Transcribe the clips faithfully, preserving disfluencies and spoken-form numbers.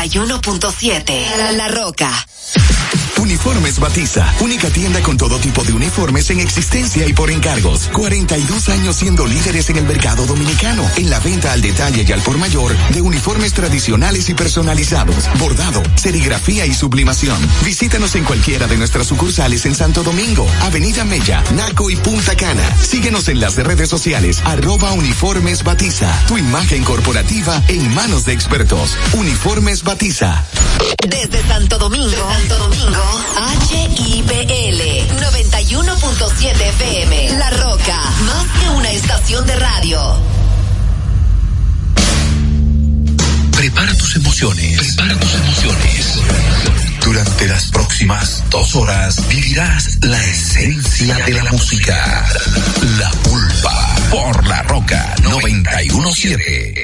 y uno punto siete. La Roca. Uniformes Batiza, única tienda con todo tipo de uniformes en existencia y por encargos. cuarenta y dos años siendo líderes en el mercado dominicano, en la venta al detalle y al por mayor de uniformes tradicionales y personalizados, bordado, serigrafía y sublimación. Visítanos en cualquiera de nuestras sucursales en Santo Domingo, Avenida Mella, Naco y Punta Cana. Síguenos en las redes sociales, arroba Uniformes Batiza. Tu imagen corporativa en manos de expertos. Uniformes Batiza. Desde Santo Domingo, Santo Domingo, H I P L noventa y uno punto siete F M. La Roca, más que una estación de radio. Prepara tus emociones. Prepara tus emociones. Durante las próximas dos horas vivirás la esencia de la música. La Pulpa por La Roca noventa y uno punto siete.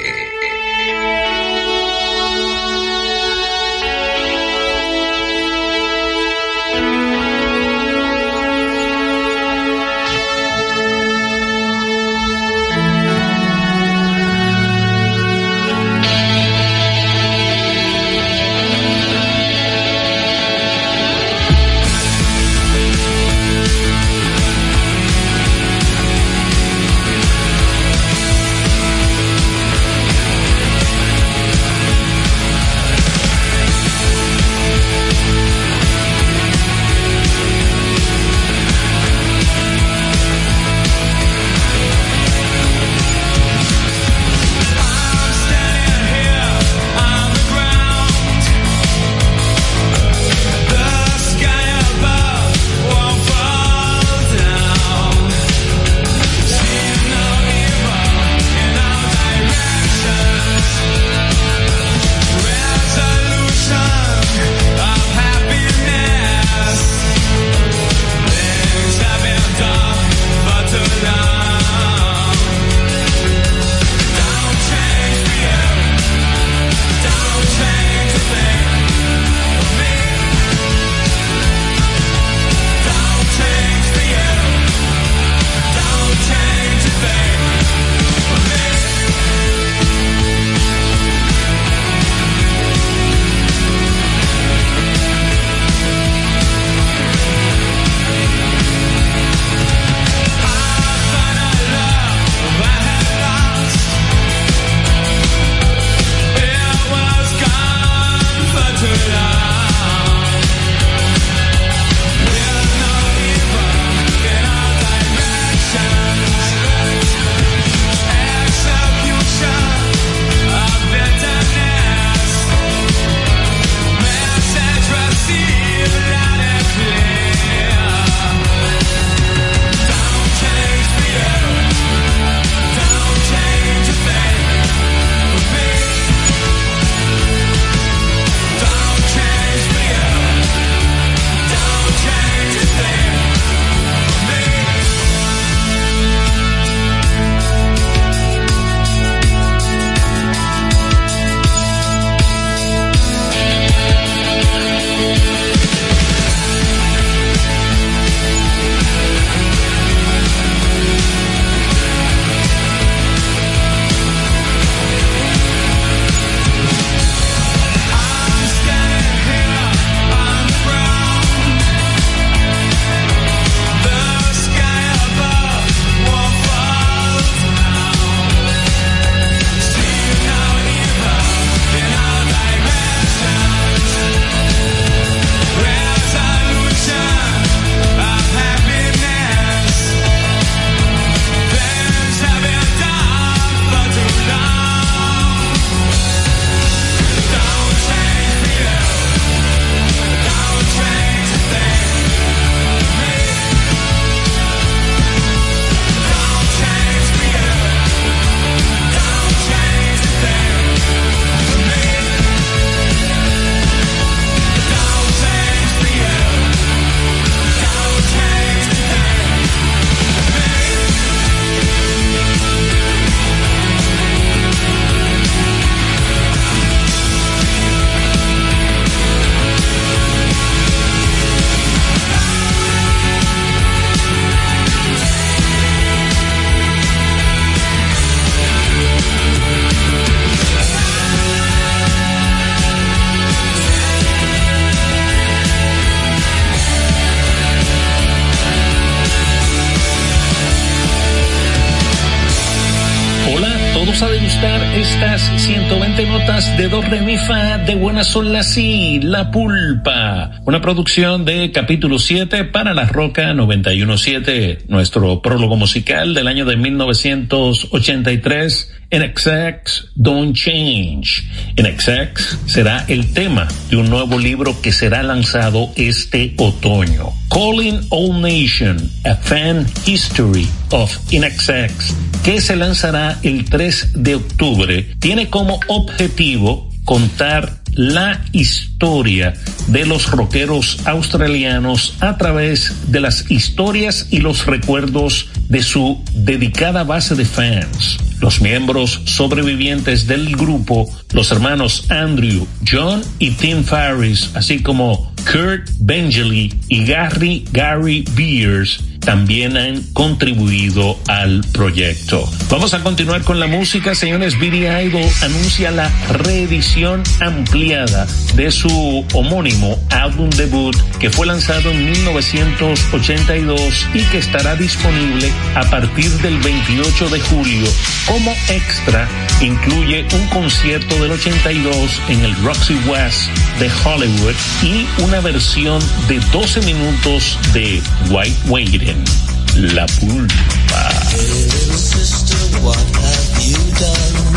gustar estas ciento veinte notas de do, re, mi, fa, de buena sol, la, si, La Pulpa. Una producción de Capítulo siete para La Roca noventa y uno punto siete, nuestro prólogo musical del año de mil novecientos ochenta y tres. N X X, Don't Change. N X X será el tema de un nuevo libro que será lanzado este otoño. Calling All Nation, A Fan History of N X X, que se lanzará el tres de octubre, tiene como objetivo contar la historia de los rockeros australianos a través de las historias y los recuerdos de su dedicada base de fans. Los miembros sobrevivientes del grupo, los hermanos Andrew, John y Tim Farris, así como Kurt Benjely y Gary Gary Beers, también han contribuido al proyecto. Vamos a continuar con la música, señores. Billy Idol anuncia la reedición ampliada de su homónimo álbum debut, que fue lanzado en mil novecientos ochenta y dos y que estará disponible a partir del veintiocho de julio. Como extra, incluye un concierto del ochenta y dos en el Roxy West de Hollywood y una versión de doce minutos de White Waiting. La Pulpa. Hey, little sister, what have you done?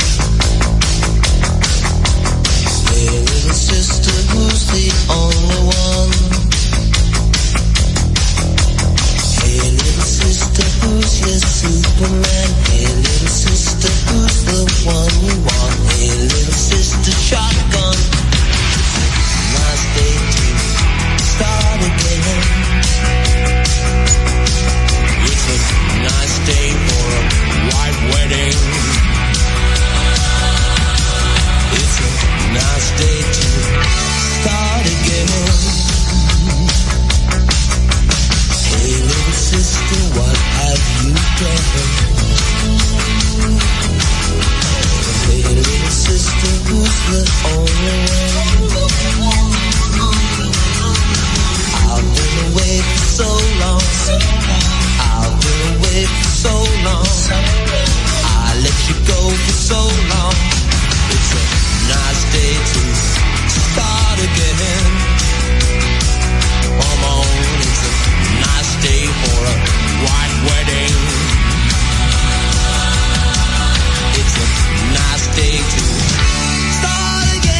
Hey, little sister, who's the only one? Hey, little sister, who's your Superman? Hey, little sister, who's the one you want? Hey, little sister, shotgun. Nice day to start again. Nice day for a white wedding. It's a nice day to start again. Hey, little sister, what have you done? Hey, little sister, who's the only one? I've been away for so long. I've been away for so long. I let you go for so long. It's a nice day to start again. Come on, it's a nice day for a white wedding. It's a nice day to start again.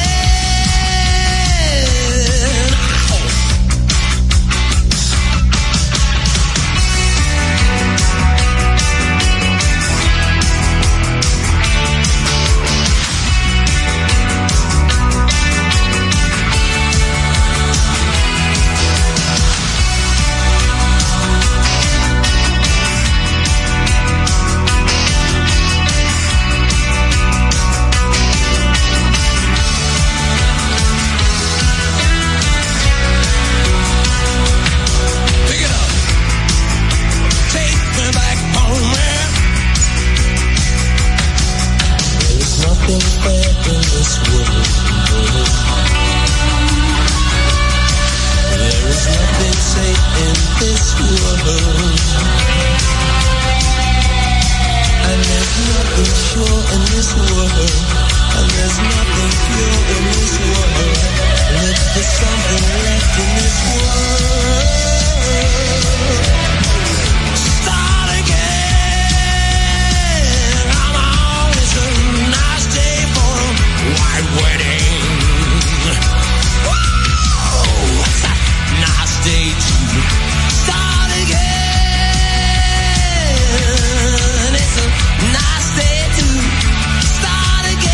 Oh. Start again.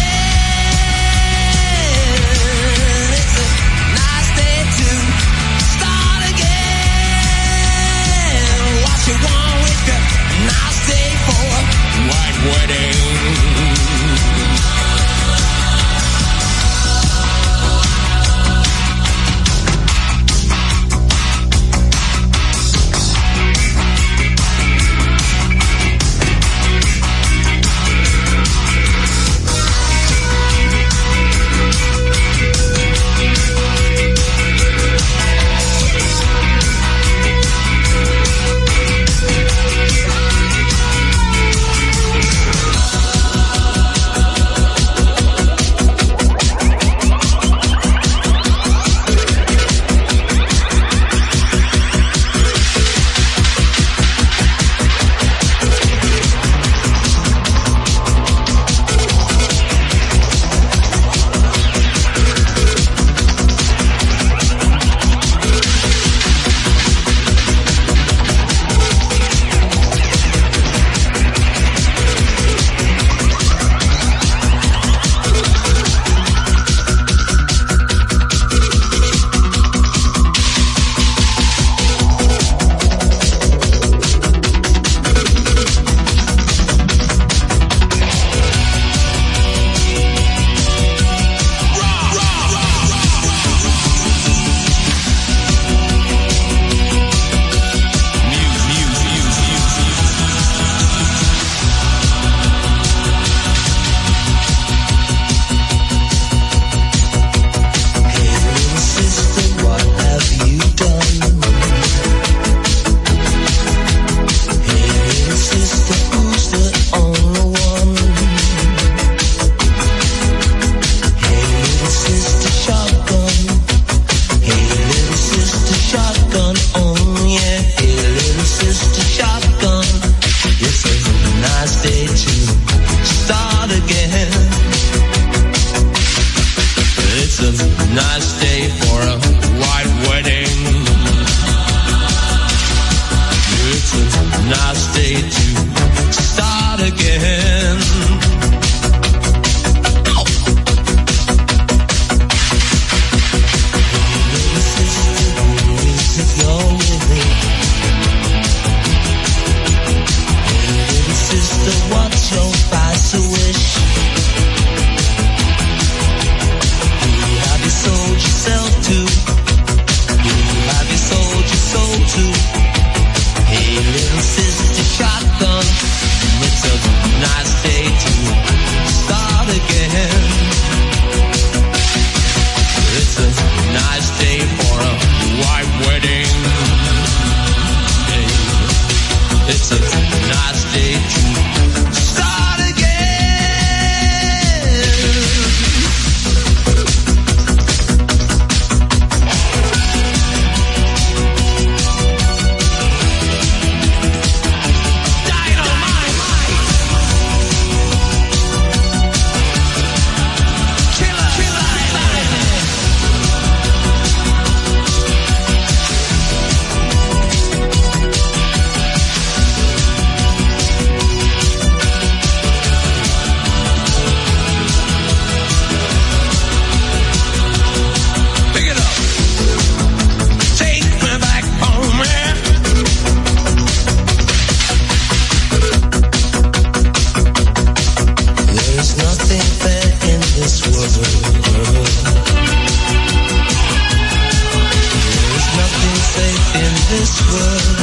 There's nothing safe in this world,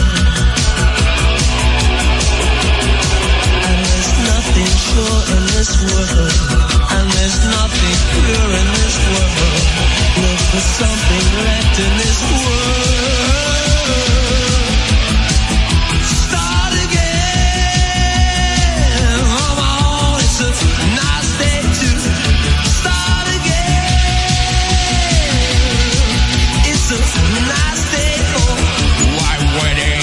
and there's nothing sure in this world, and there's nothing pure in this world. Look for something left in this world. Start again, come on, it's a nice day to start again. It's a nice day for white wedding.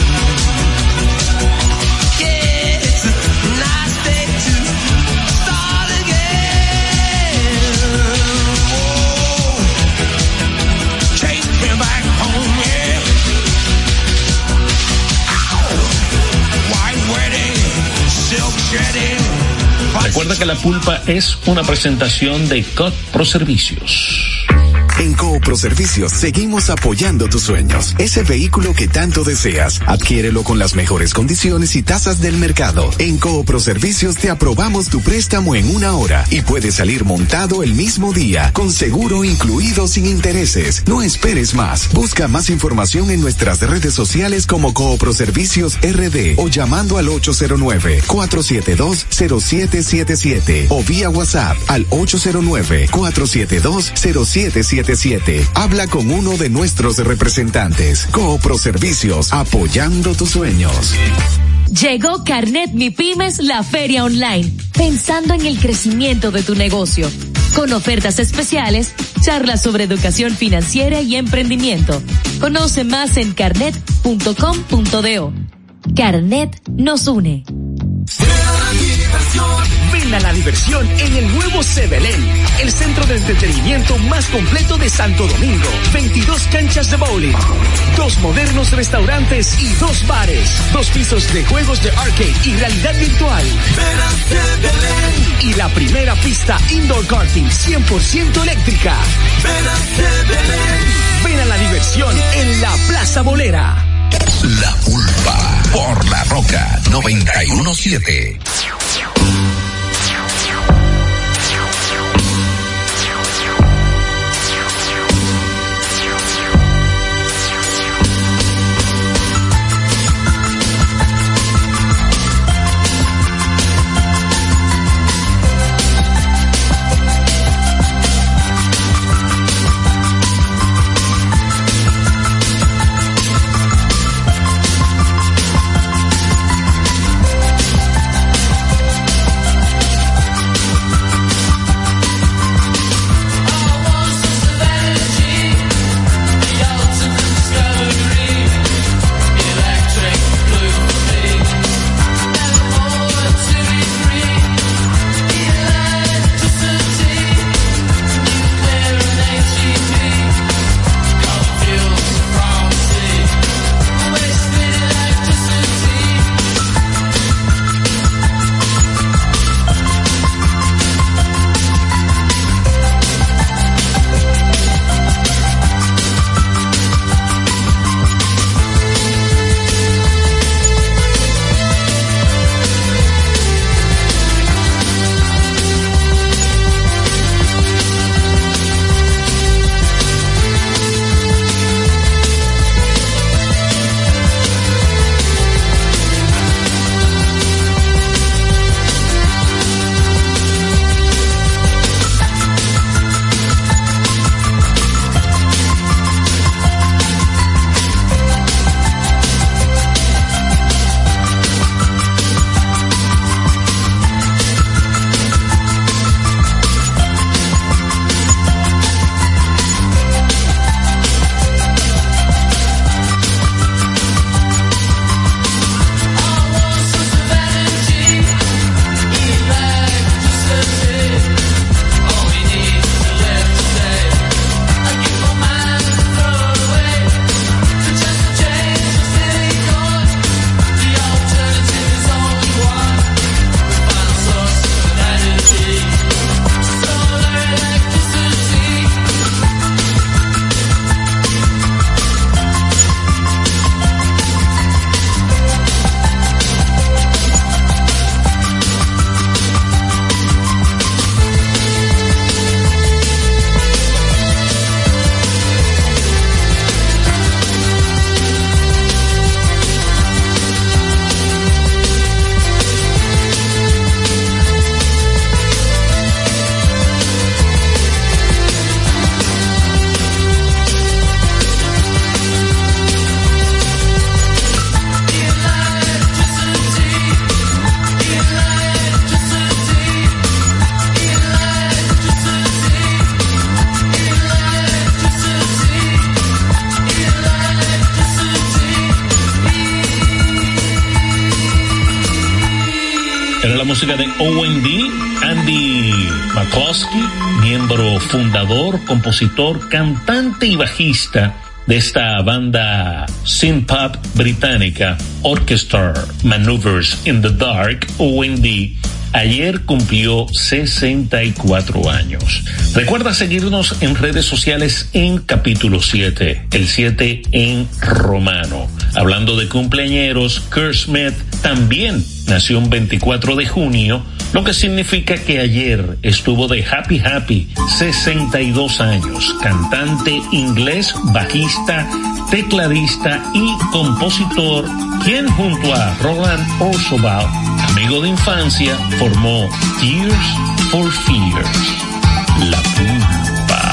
Yeah, it's a nice day to start again. Whoa, take me back home, yeah. White wedding, silk shedding. Recuerda que La Pulpa es una presentación de C O D Pro Servicios. En Coop Pro Servicios seguimos apoyando tus sueños. Ese vehículo que tanto deseas, adquiérelo con las mejores condiciones y tasas del mercado. En Coop Pro Servicios te aprobamos tu préstamo en una hora y puedes salir montado el mismo día, con seguro incluido sin intereses. No esperes más. Busca más información en nuestras redes sociales como Coop Pro Servicios R D o llamando al ocho cero nueve, cuatro siete dos, cero siete siete siete o vía WhatsApp al ocho cero nueve, cuatro siete dos, cero siete siete siete. Habla con uno de nuestros representantes. Coop Pro Servicios, apoyando tus sueños. Llegó Carnet Mi Pymes, la feria online, pensando en el crecimiento de tu negocio. Con ofertas especiales, charlas sobre educación financiera y emprendimiento. Conoce más en carnet punto com punto do. Carnet nos une. Ven a la diversión en el nuevo Sebelén, el centro de entretenimiento más completo de Santo Domingo. veintidós canchas de bowling, dos modernos restaurantes y dos bares, dos pisos de juegos de arcade y realidad virtual. Ven a Sebelén. Y la primera pista indoor karting cien por ciento eléctrica. Ven a Sebelén. Ven a la diversión en la Plaza Bolera. La Pulpa por La Roca noventa y uno punto siete. la música de O and D, Andy McCloskey, miembro fundador, compositor, cantante y bajista de esta banda synth-pop británica, Orchestra Maneuvers in the Dark, O and D, ayer cumplió sesenta y cuatro años. Recuerda seguirnos en redes sociales en Capítulo siete, el siete en romano. Hablando de cumpleañeros, Kurt Smith también nació un veinticuatro de junio, lo que significa que ayer estuvo de Happy Happy, sesenta y dos años, cantante inglés, bajista, tecladista y compositor, quien junto a Roland Orzabal, amigo de infancia, formó Tears for Fears, La Pulpa.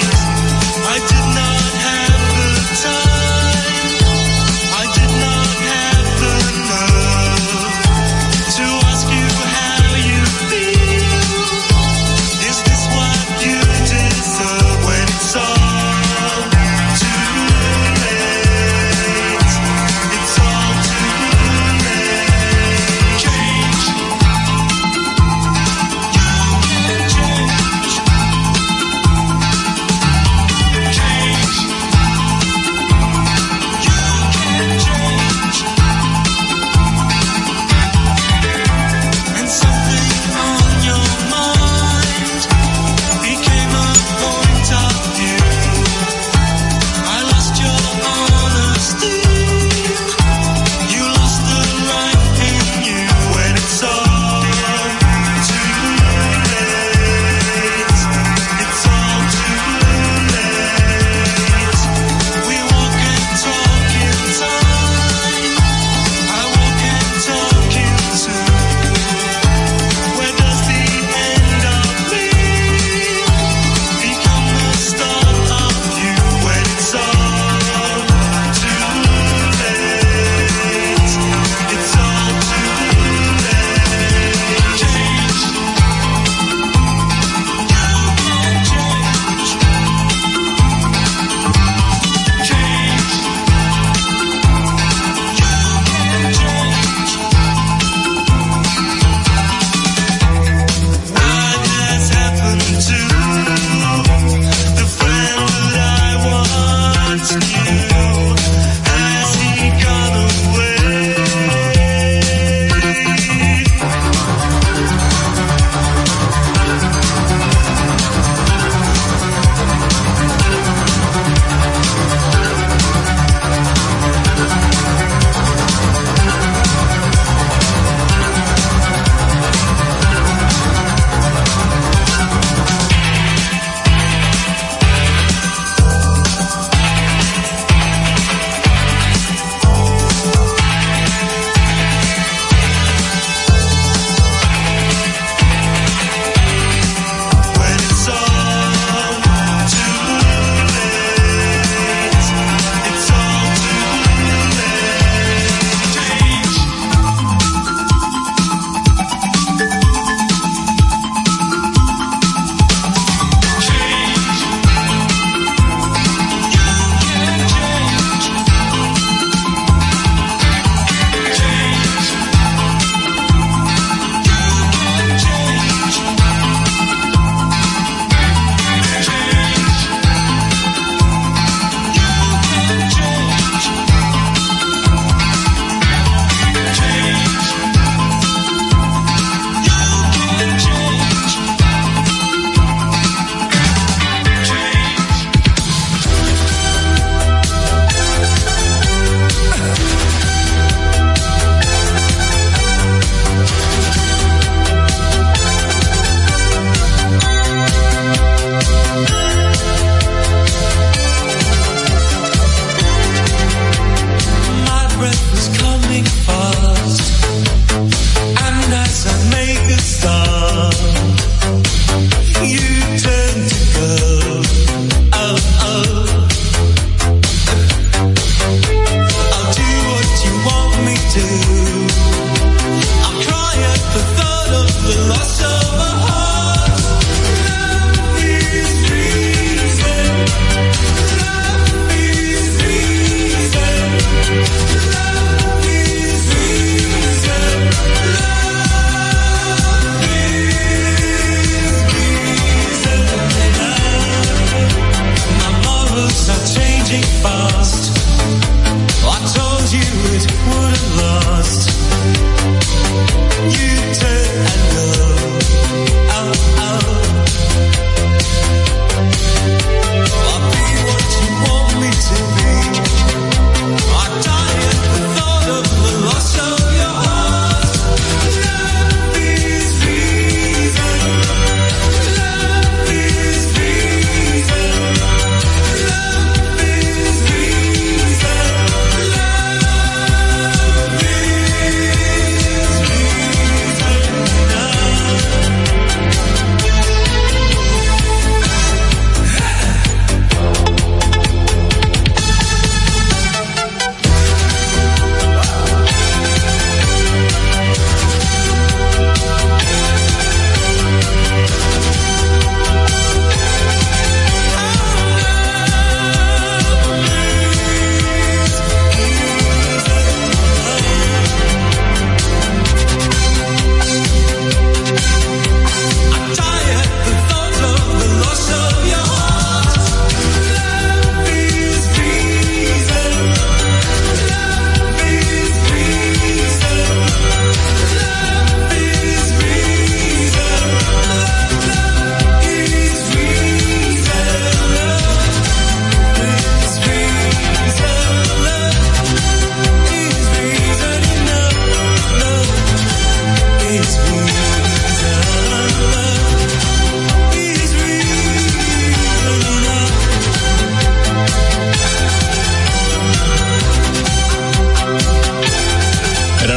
I did not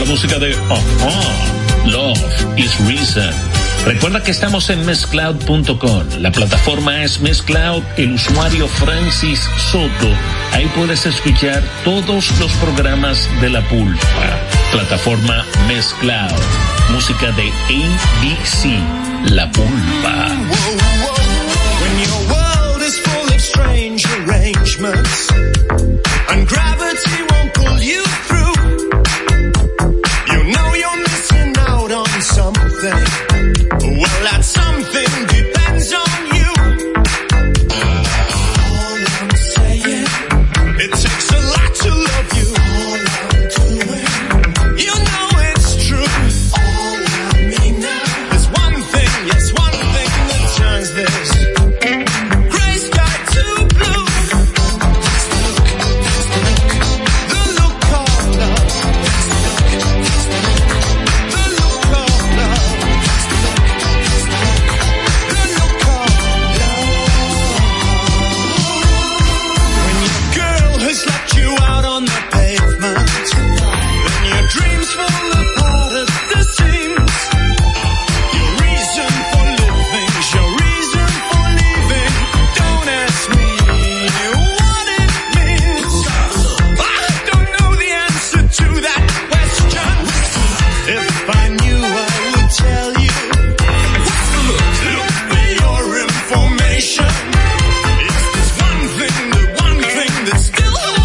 música de uh-huh, Love is Reason. Recuerda que estamos en mezcloud punto com. La plataforma es Mezcloud, el usuario Francis Soto. Ahí puedes escuchar todos los programas de La Pulpa. Plataforma Mezcloud. Música de A B C, La Pulpa. When your world is full of strange arrangements and gravity won't pull you through, you know you're missing out on something. Well, that something depends on you. All I'm saying, it takes a lot to love you. All I'm doing, you know it's true. All I mean now is one thing, yes, one thing that turns this gray sky to blue. The look of love. The look of love. Left you out on the pavement, then your dreams fall apart at the seams. Your reason for living, your reason for leaving. Don't ask me what it means. I don't know the answer to that question. If I knew, I would tell you. Look for your information. Yes, there's one thing, the one thing that's still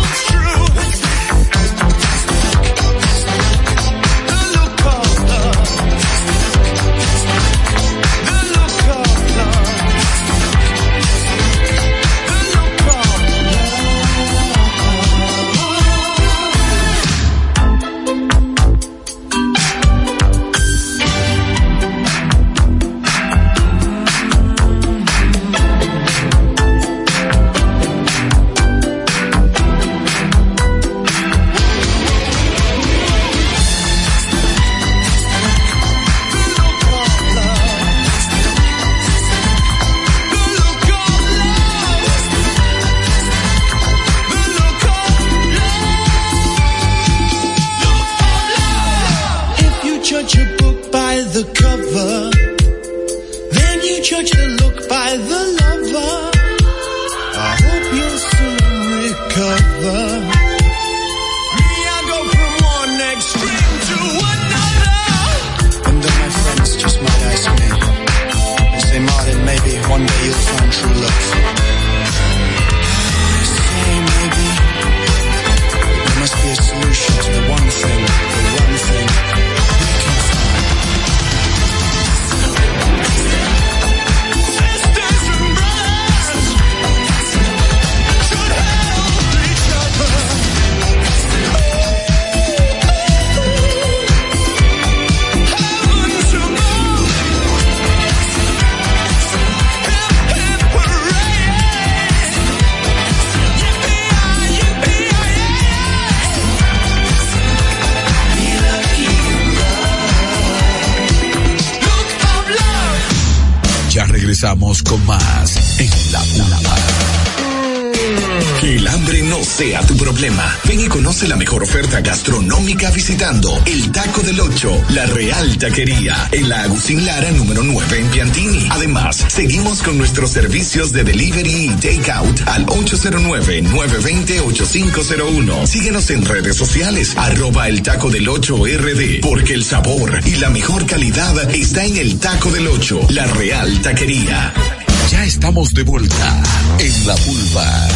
Regresamos con más en La Pulpa. Que el hambre no sea tu problema. Ven y conoce la mejor oferta gastronómica visitando El Taco del Ocho, La Real Taquería, en la Agustín Lara número nueve en Piantini. Además, seguimos con nuestros servicios de delivery y takeout al ocho cero nueve, nueve dos cero, ocho cinco cero uno. Síguenos en redes sociales, arroba El Taco del Ocho R D, porque el sabor y la mejor calidad está en El Taco del Ocho, La Real Taquería. Ya estamos de vuelta en La Pulpa.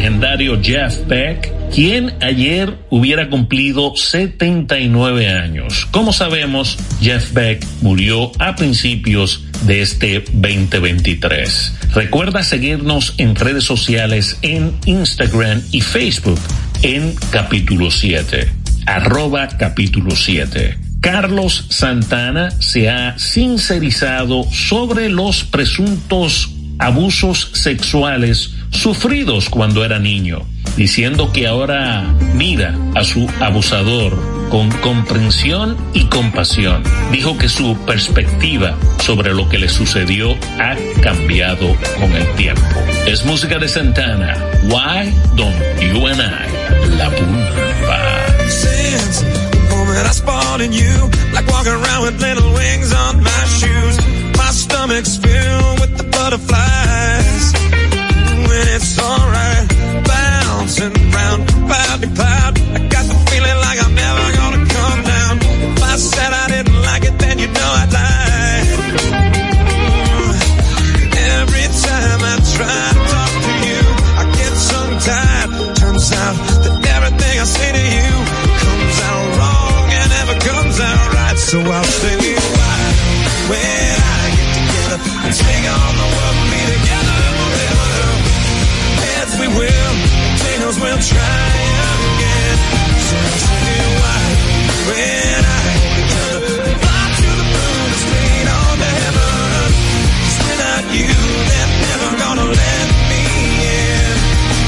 legendario Jeff Beck, quien ayer hubiera cumplido setenta y nueve años. Como sabemos, Jeff Beck murió a principios de este veinte veintitrés. Recuerda seguirnos en redes sociales en Instagram y Facebook en Capítulo siete, arroba Capítulo siete. Carlos Santana se ha sincerizado sobre los presuntos abusos sexuales sufridos cuando era niño, diciendo que ahora mira a su abusador con comprensión y compasión. Dijo que su perspectiva sobre lo que le sucedió ha cambiado con el tiempo. Es música de Santana. Why Don't You and I, La Pulpa. Since the moment I spotted you, like walking around with little wings on my shoes, my stomach's filled with the butterflies. When it's alright, bouncing round cloud to cloud, I got the feeling like I'm never gonna come down. If I said I didn't like it, then you know I'd lie. Every time I try to talk to you, I get tongue-tied. Turns out that everything I say to you comes out wrong and never comes out right. So I'll say why, when I get together and take on the world and be together forever. Heads we will, tails will try again. So I'll say why, when I get together, fly to the moon and straight on to heaven. 'Cause without you, they're never gonna let me in.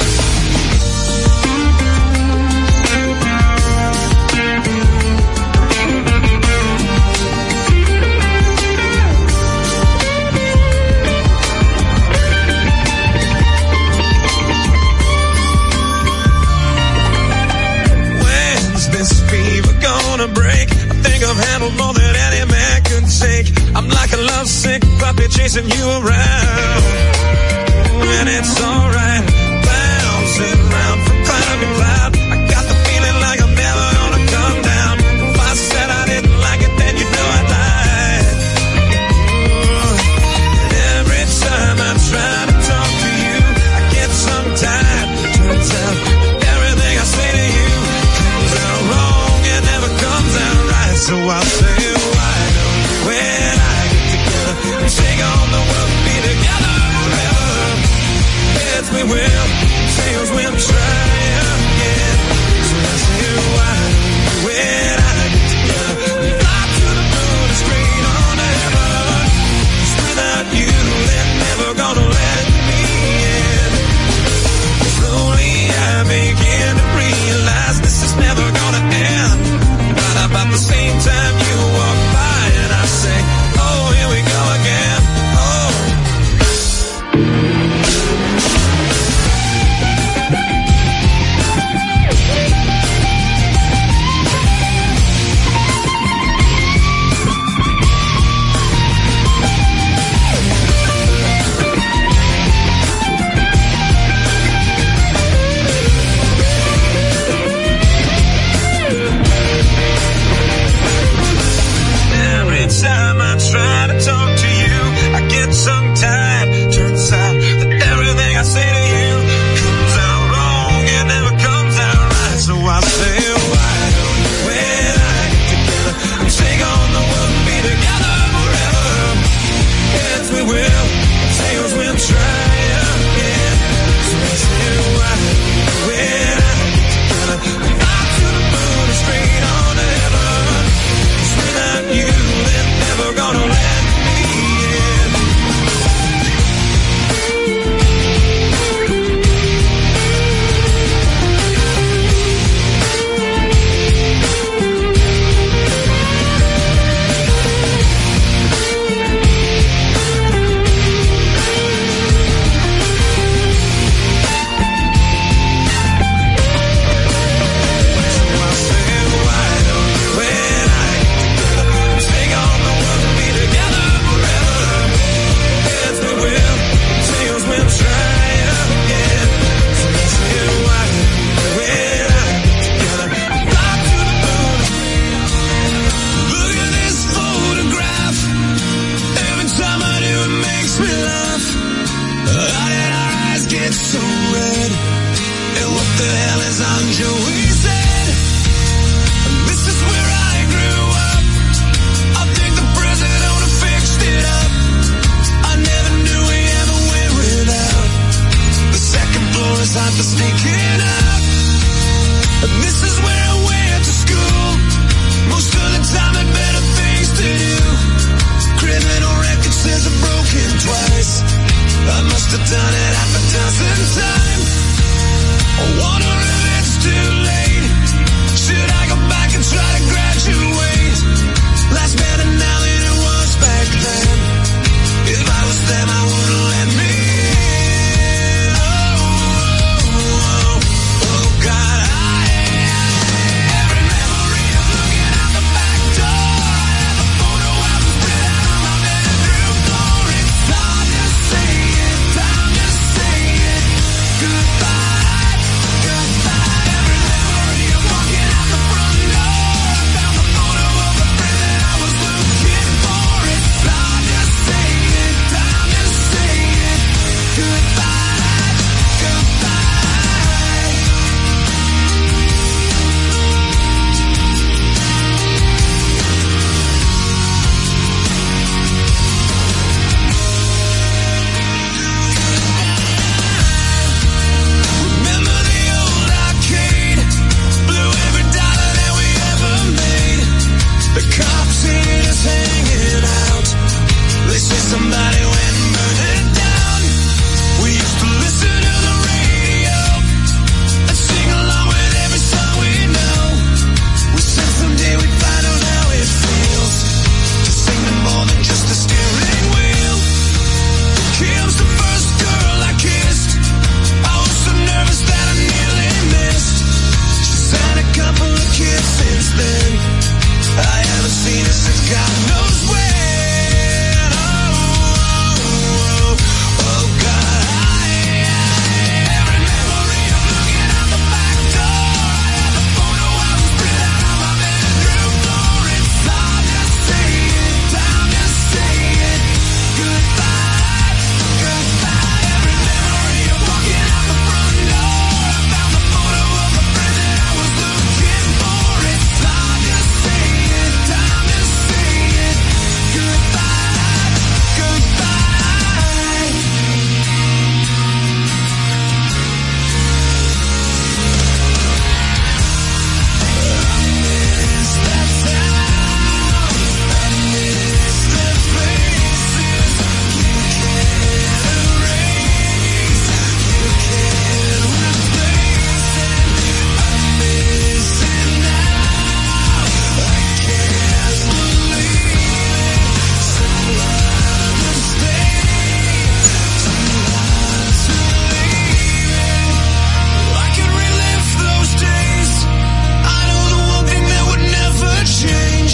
This fever gonna break. I think I've handled more than any man could take. I'm like a lovesick puppy chasing you around. And it's alright, bouncing around from cloud to cloud. I got the feeling like I'm never gonna come down. If I said I didn't like it, then you know I'd lie. And every time I try to talk to you, I get tongue-tied. Turns out everything I say to you out wrong and never comes out right. So I'll say why don't you when I get together and take on the world and be together forever. Heads must have done it half a dozen times. I wonder if it's too late. Should I go back and try to graduate? Life's better now than it was back then. If I was them, I wouldn't let me in. Oh, oh, oh, oh God, I, every memory of looking out the back door. I have a photo album spread out on my bedroom floor. It's time to say it, time to say it. Goodbye, goodbye. Every memory of walking out the front door. I found the photo of the friend that I was looking for. It's time to say it, time to say it. Goodbye, goodbye. Remember the old arcade? Blew every dollar that we ever made. The cops seen us hanging out. They say somebody went and burned it down. We used to listen to the radio and sing along with every song we know. We said someday we'd find out how it feels to sing to more than just a steering wheel. Kim's the first girl I kissed. I was so nervous that I nearly missed. She's had a couple of kids since then. I haven't seen her since God knows when. Oh, oh, oh, oh God, I, every memory of looking out the back door. I have a photo album spread out on my bedroom floor. It's time to say it, time to say it. Goodbye, goodbye. Every memory of walking out the front door. I found the photo of the friend that I was looking for. It's time to say it, time to say it. Goodbye, goodbye. I miss that town. I miss the places you can't erase, you can't replace it. I miss it now. I can't believe it. So hard to stay, too hard to leave it. I can relive those days. I know the one thing that would never change.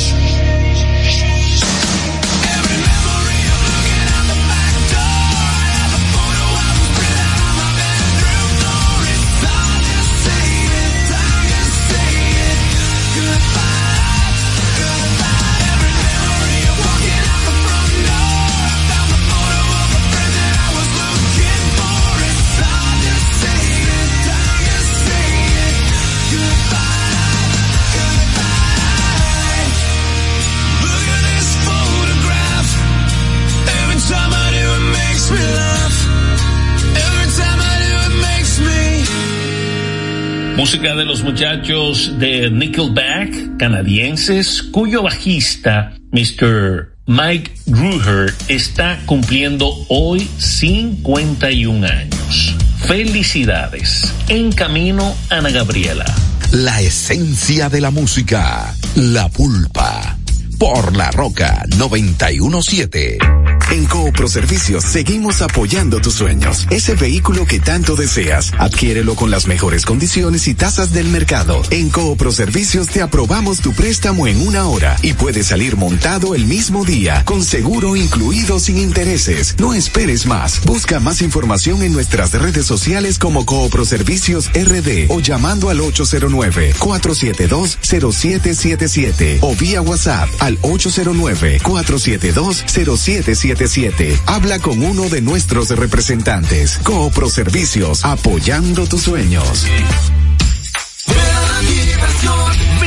Every memory of looking out the back door. I have a photo album spread out on my bedroom floor. It's time to say it, time to say it. Goodbye, goodbye. Every memory of walking out the front door. I found the photo of the friend that I was looking for. It's time to say it, time to say it. Goodbye, goodbye. Look at this photograph. Every time I do it makes me laugh. Every time I do it makes me. Música de los muchachos de Nickelback, canadienses, cuyo bajista, mister Mike Gruher, está cumpliendo hoy cincuenta y un años. Felicidades. En camino, Ana Gabriela. La esencia de la música, La Pulpa, por La Roca noventa y uno punto siete. En Coopro Servicios seguimos apoyando tus sueños. Ese vehículo que tanto deseas, adquiérelo con las mejores condiciones y tasas del mercado. En Coopro Servicios te aprobamos tu préstamo en una hora y puedes salir montado el mismo día, con seguro incluido sin intereses. No esperes más. Busca más información en nuestras redes sociales como Coopro Servicios R D o llamando al ocho cero nueve, cuatro siete dos, cero siete siete siete o vía WhatsApp al ocho cero nueve, cuatro siete dos, cero siete siete siete. Habla con uno de nuestros representantes. Coopro Servicios, apoyando tus sueños. Ven a la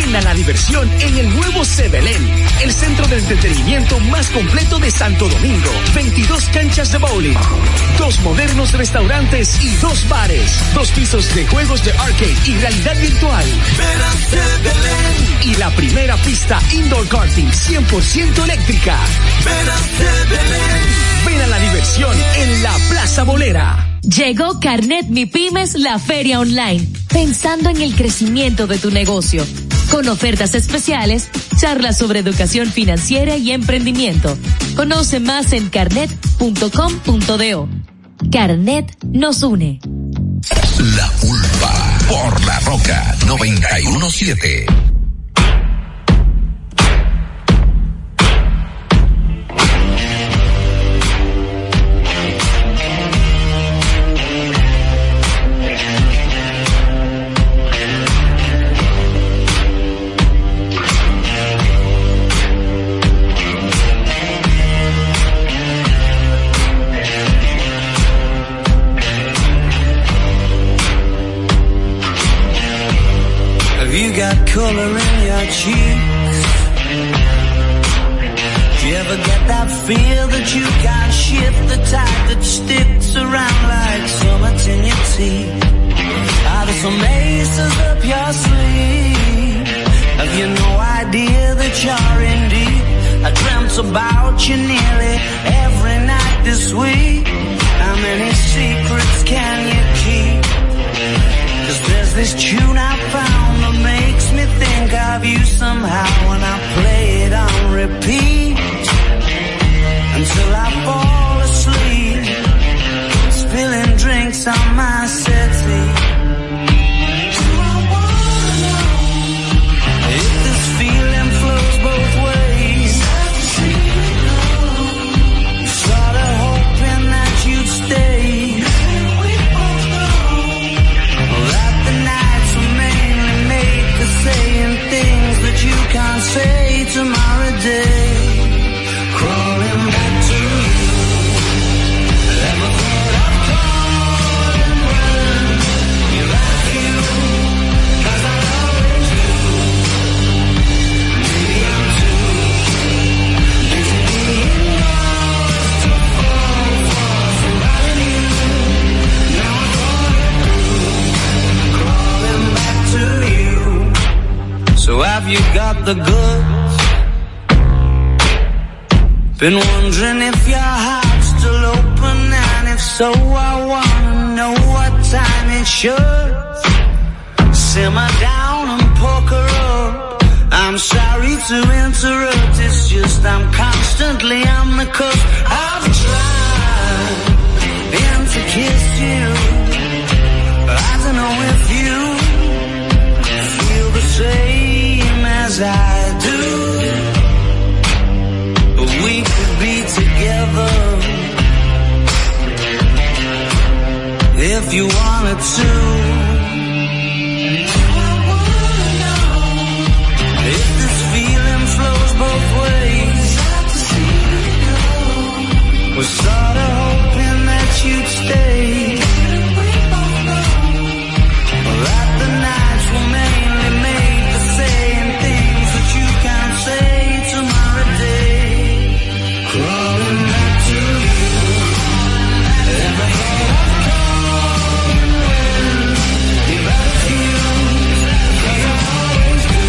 diversión en el nuevo Sebelén, el centro de entretenimiento más completo de Santo Domingo. veintidós canchas de bowling, dos modernos restaurantes y dos bares, dos pisos de juegos de arcade y realidad virtual. Ven a Sebelén. Y la primera pista indoor karting cien por ciento eléctrica. Ven a Sebelén. Ven a la diversión en la Plaza Bolera. Llegó Carnet Mi Pymes, la feria online, pensando en el crecimiento de tu negocio. Con ofertas especiales, charlas sobre educación financiera y emprendimiento. Conoce más en carnet punto com punto do. Carnet nos une. La Pulpa por La Roca noventa y uno punto siete. Color in your cheeks. Do you ever get that feel that you can't shift, the tide that sticks around like so much in your teeth? Are there some aces up your sleeve? Have you no idea that you're in deep? I dreamt about you nearly every night this week. How many secrets can you keep? 'Cause there's this tune I found that makes me think of you somehow when I play it on repeat until I fall asleep, spilling drinks on my settee. I wanna know if this feeling flows both ways. Sorta hoping that you'd stay. Saying things that you can't say tomorrow day. Crawling back to you. Never thought I'd call and run. You're like you, 'cause I always do. Maybe I'm too busy being lost to fall for somebody new. Now I thought it through. Crawling back to you. So have you got the goods? Been wondering if your heart's still open, and if so, I wanna know what time it should. Simmer down and poker up. I'm sorry to interrupt, it's just I'm constantly on the cusp. I've tried and to kiss you. I don't know if you feel the same as I do, but we could be together if you wanted to. I wanna know if this feeling flows both ways. We're sorta hoping that you'd stay. That the nights will mainly make the same things that you can't say tomorrow day. Crawling back to you. Every thought I've called and when you refuse, 'cause I always do.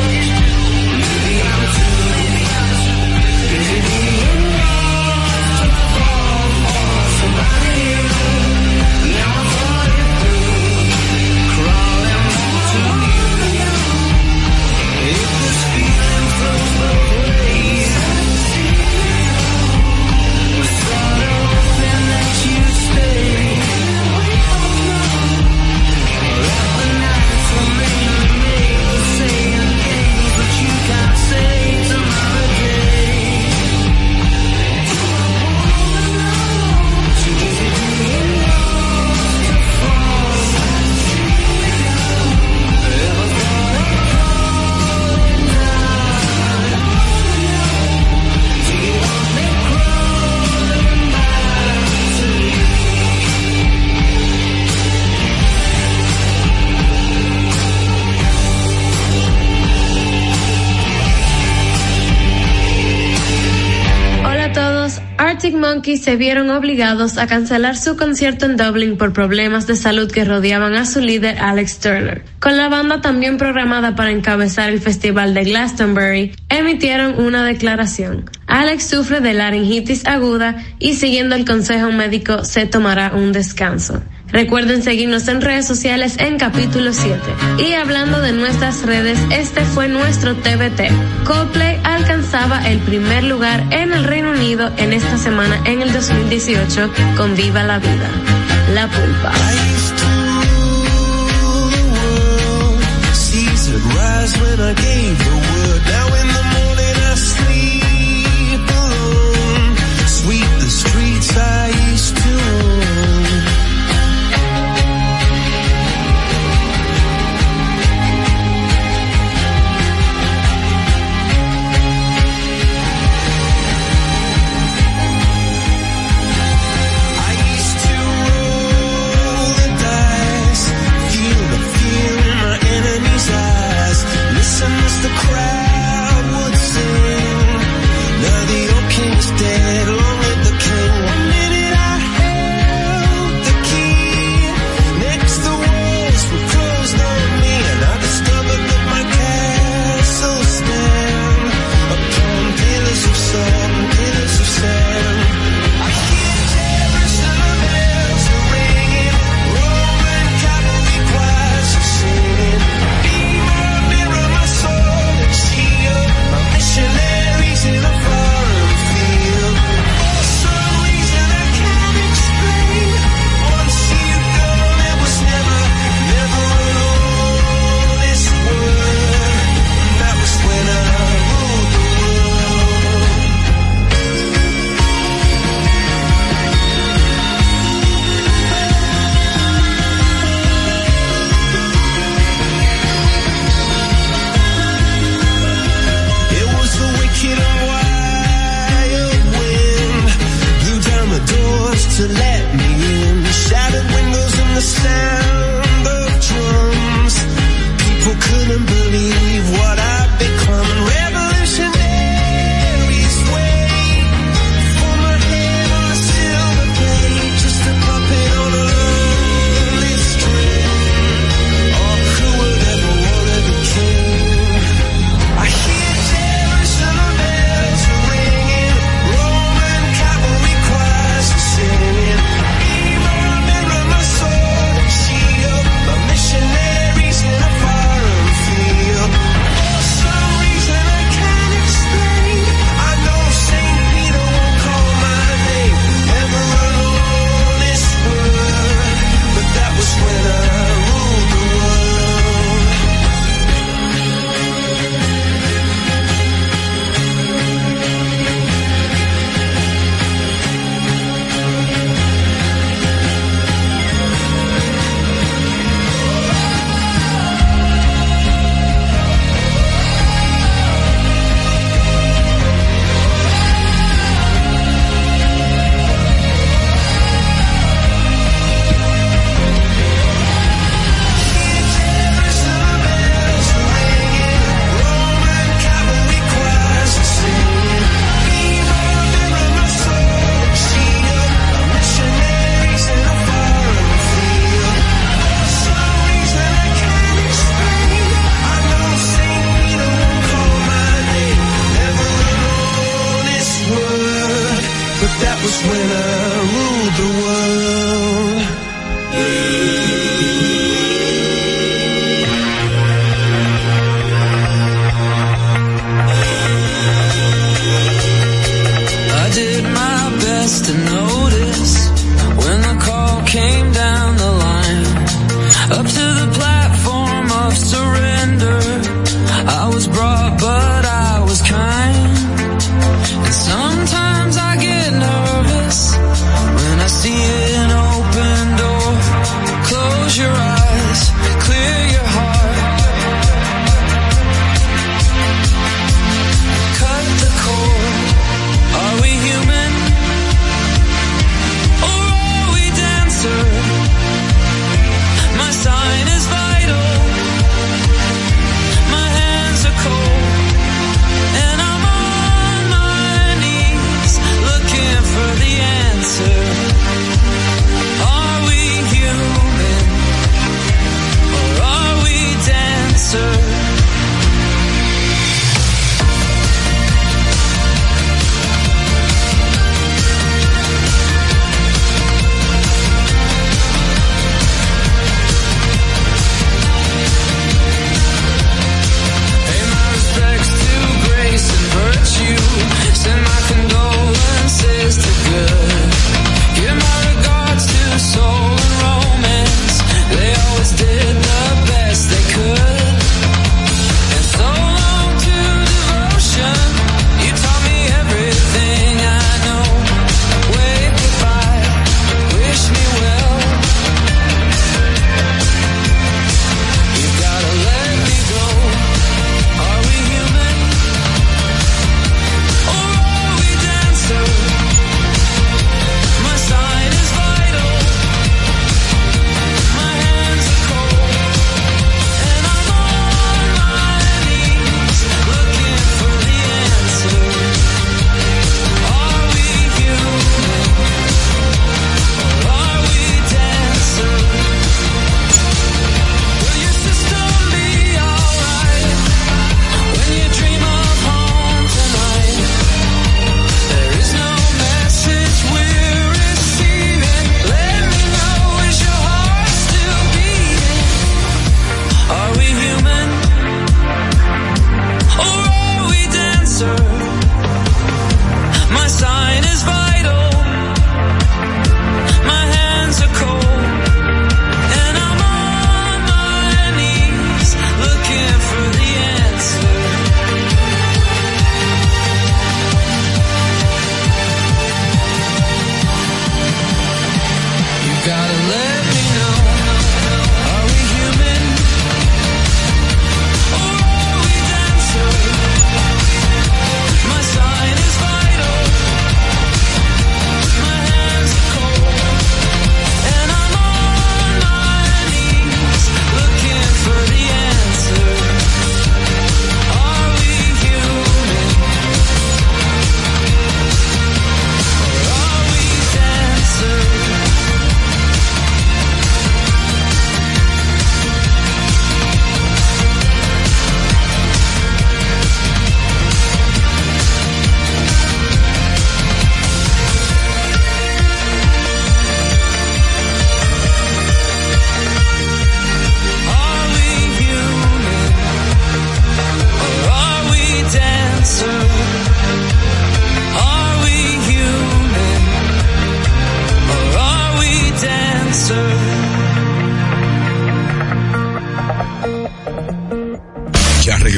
Maybe I'm too busy being lost to Arctic Monkeys se vieron obligados a cancelar su concierto en Dublín por problemas de salud que rodeaban a su líder Alex Turner. Con la banda también programada para encabezar el festival de Glastonbury, emitieron una declaración. Alex sufre de laringitis aguda y, siguiendo el consejo médico, se tomará un descanso. Recuerden seguirnos en redes sociales en Capítulo siete. Y hablando de nuestras redes, este fue nuestro T B T. Coldplay alcanzaba el primer lugar en el Reino Unido en esta semana en el dos mil dieciocho con Viva la Vida. La Pulpa. Die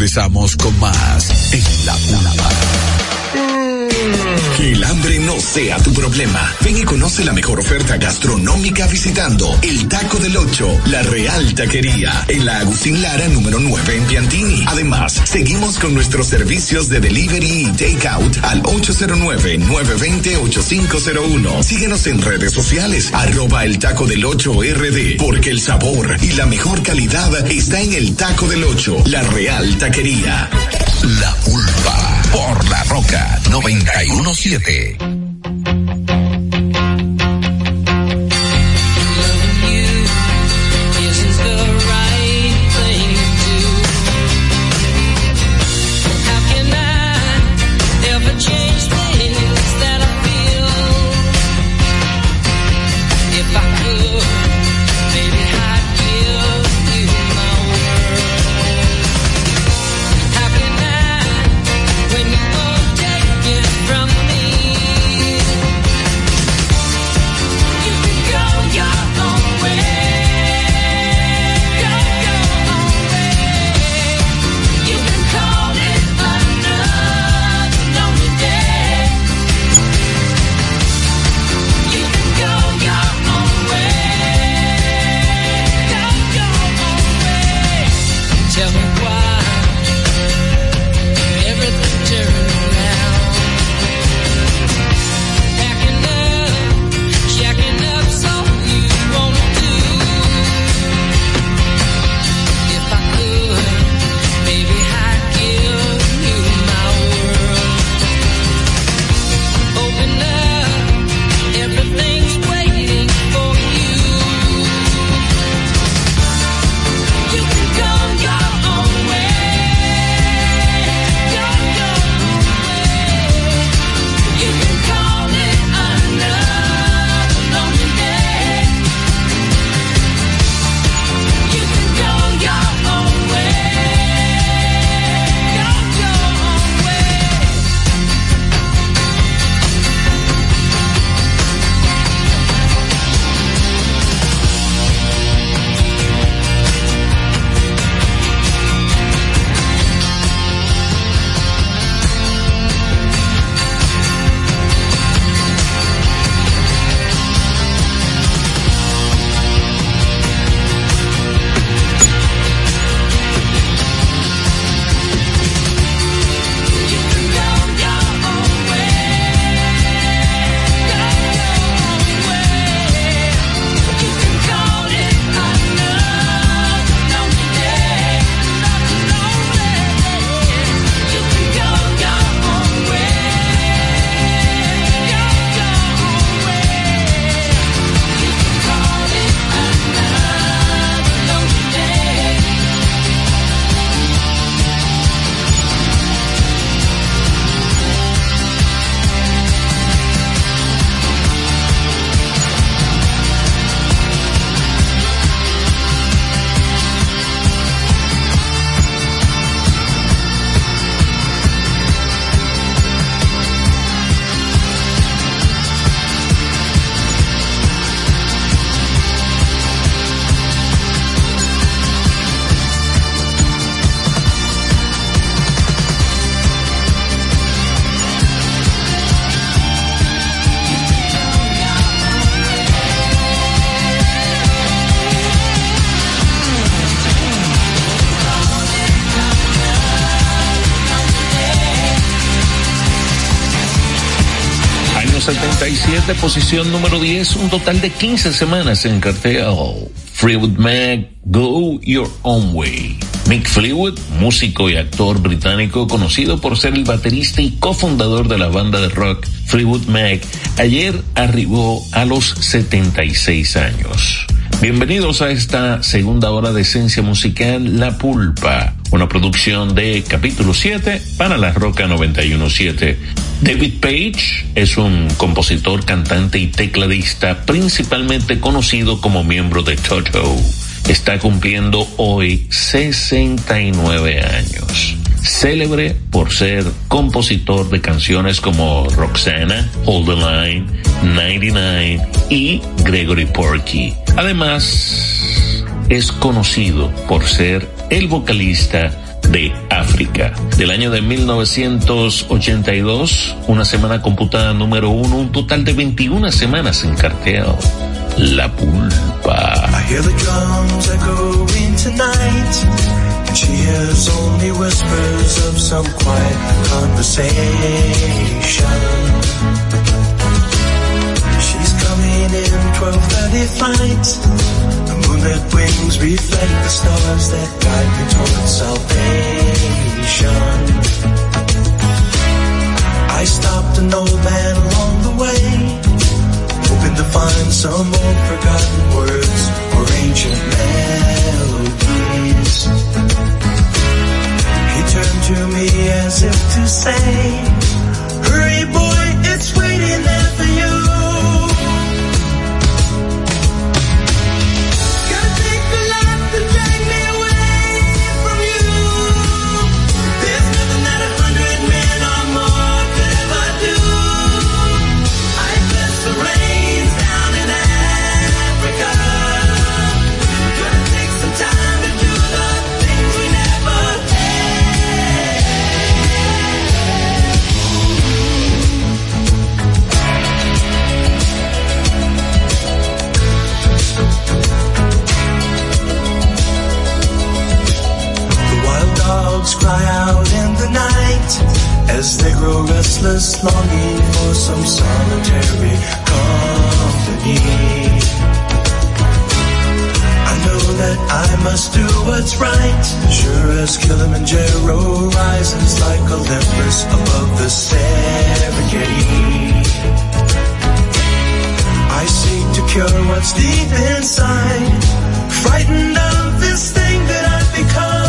regresamos con más en La Pulpa. Que el hambre no sea tu problema. Ven y conoce la mejor oferta gastronómica visitando el Taco del Ocho, La Real Taquería, en la Agustín Lara número nueve en Piantini. Además, seguimos con nuestros servicios de delivery y takeout al ocho cero nueve, nueve dos cero, ocho cinco cero uno. Síguenos en redes sociales, arroba el Taco del Ocho R D, porque el sabor y la mejor calidad está en el Taco del Ocho, La Real Taquería. La Pulpa, por La Roca noventa y uno punto siete. setenta y siete, posición número diez, un total de quince semanas en cartel. Fleetwood Mac, Go Your Own Way. Mick Fleetwood, músico y actor británico conocido por ser el baterista y cofundador de la banda de rock Fleetwood Mac, ayer arribó a los setenta y seis años. Bienvenidos a esta segunda hora de esencia musical La Pulpa, una producción de Capítulo siete para La Roca noventa y uno punto siete. David Page es un compositor, cantante y tecladista principalmente conocido como miembro de Toto. Está cumpliendo hoy sesenta y nueve años. Célebre por ser compositor de canciones como Roxana, Hold the Line, noventa y nueve y Gregory Porky. Además, es conocido por ser el vocalista de África. Del año de mil novecientos ochenta y dos, una semana computada número uno, un total de veintiuna semanas en cartel. La Pulpa. I hear the drums echoing tonight, and she hears only whispers of some quiet conversation. She's coming in twelve thirty flight. The moonlit wings reflect the stars that guide me towards salvation. I stopped an old man along the way, hoping to find some old forgotten words or ancient melodies. He turned to me as if to say, hurry boy, it's waiting there for you. Gotta take the life to drag me away from you. There's nothing that a hundred men or more could ever do. I bless the rains down in Africa. Gonna take some time to do the things we never The wild dogs cry out in the night as they grow restless, longing for some solitary company. I know that I must do what's right, sure as Kilimanjaro rises like Olympus above the Serengeti. I seek to cure what's deep inside, frightened of this thing that I've become.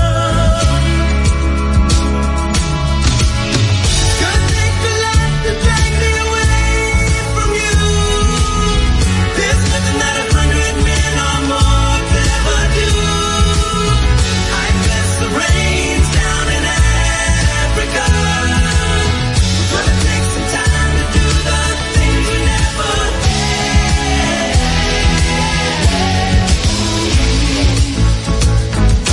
Gonna take the life to drag me away from you. There's nothing that a hundred men or more could ever do. I bless the rains down in Africa. Gonna take some time to do the things we never had.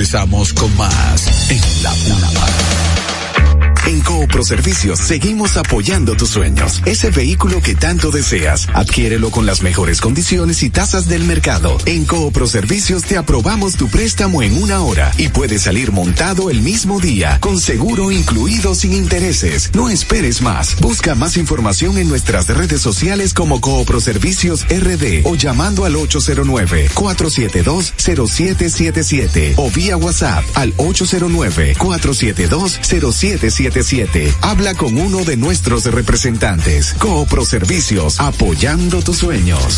Regresamos con más en La Pulpa. En Coopro Servicios seguimos apoyando tus sueños. Ese vehículo que tanto deseas, adquiérelo con las mejores condiciones y tasas del mercado. En Coopro Servicios te aprobamos tu préstamo en una hora y puedes salir montado el mismo día, con seguro incluido sin intereses. No esperes más. Busca más información en nuestras redes sociales como Coopro Servicios R D o llamando al ocho cero nueve, cuatro siete dos, cero siete siete siete o vía WhatsApp al ocho cero nueve, cuatro siete dos, cero siete siete siete. Habla con uno de nuestros representantes. Coopro Servicios, apoyando tus sueños.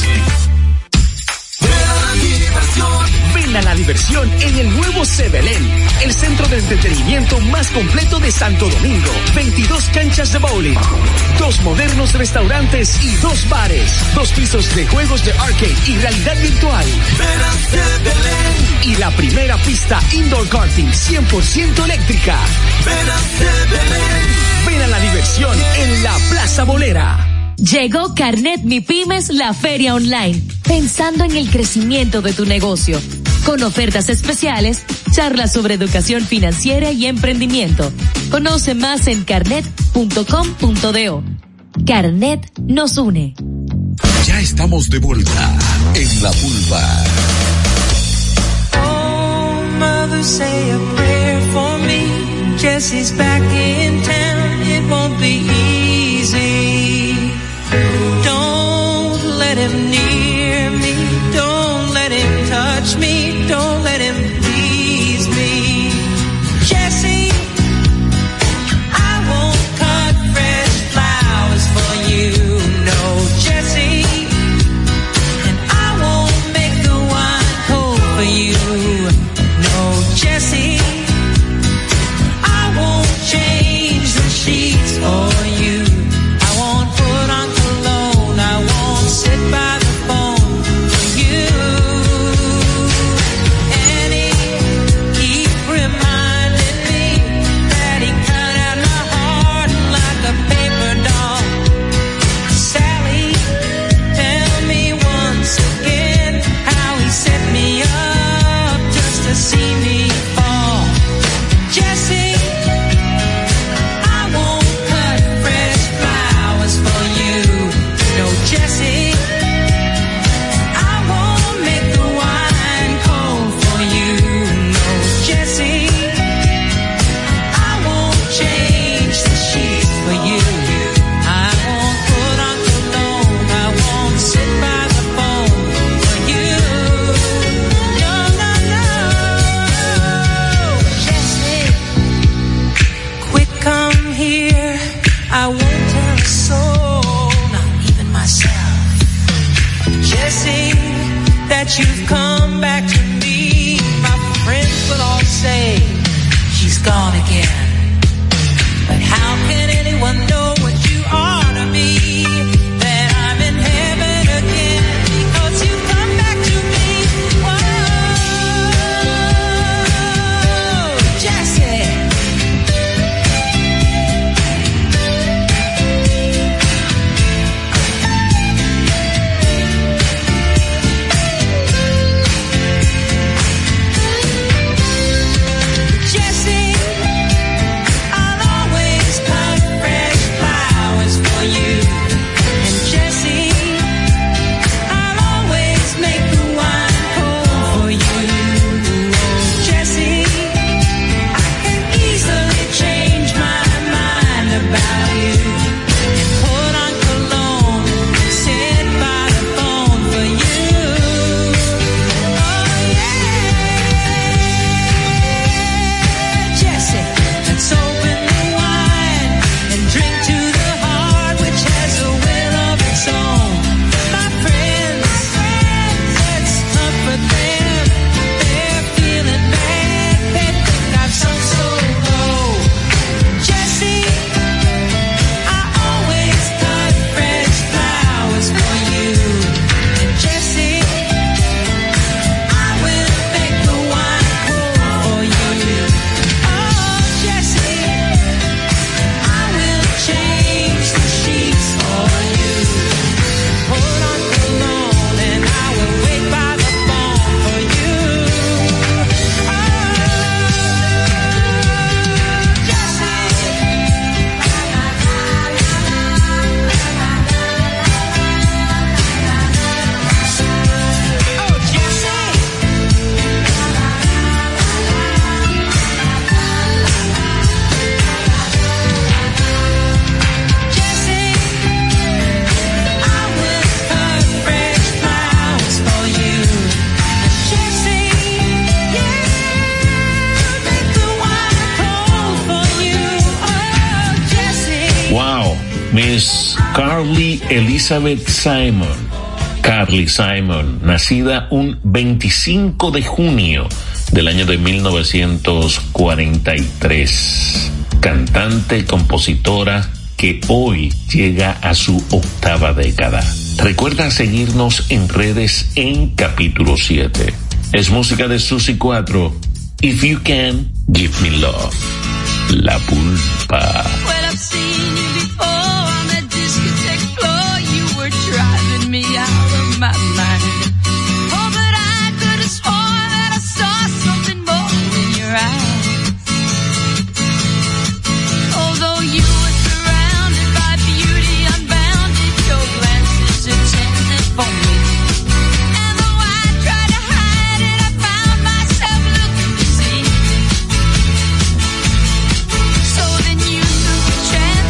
Ven a la diversión en el nuevo Sebelén, el centro de entretenimiento más completo de Santo Domingo. veintidós canchas de bowling, dos modernos restaurantes y dos bares, dos pisos de juegos de arcade y realidad virtual. Y la primera pista indoor karting cien por ciento eléctrica. Ven a la diversión en la Plaza Bolera. Llegó Carnet Mi Pymes, la feria online, pensando en el crecimiento de tu negocio. Con ofertas especiales, charlas sobre educación financiera y emprendimiento. Conoce más en carnet punto com punto do. Carnet nos une. Ya estamos de vuelta en La Pulpa. Oh, mother, say a prayer for me. Jesse's back in town. It won't be easy. Don't let him near me. Don't let him touch me. Don't let him please me. Jesse, I won't cut fresh flowers for you. No, Jesse. And I won't make the wine cold for you. No, Jesse. I won't change the sheets for you. I won't put on cologne. I won't sit by the phone for you. And he keep reminding me that he cut out my heart like a paper doll. Sally, tell me once again how he set me up just to see me fall. Jesse, I won't cut fresh flowers for you. No, Jesse, I won't make the wine cold for you. No, Jesse, I won't change the sheets for you. I won't put on cologne. I won't sit by the phone for you. No, no, no, Jesse, quick come here. I won't tell a soul, not even myself. Jesse, that you've come back to me. My friends will all say she's gone again. But how can anyone know what you ought to be? That I'm in heaven again because you come back to me. Whoa, Jesse. Jesse, I'll always cut fresh Miss Carly Elizabeth Simon. Carly Simon, nacida un veinticinco de junio del año de mil novecientos cuarenta y tres. Cantante, compositora que hoy llega a su octava década. Recuerda seguirnos en redes en Capítulo siete. Es música de Susi cuatro. If You Can, Give Me Love. La Pulpa. Well, I've seen you before on that discotheque floor. You were driving me out of my mind. Oh, but I could have sworn that I saw something more in your eyes. Although you were surrounded by beauty unbounded, your glances intended for me. And though I tried to hide it, I found myself looking to see. So then you took a chance.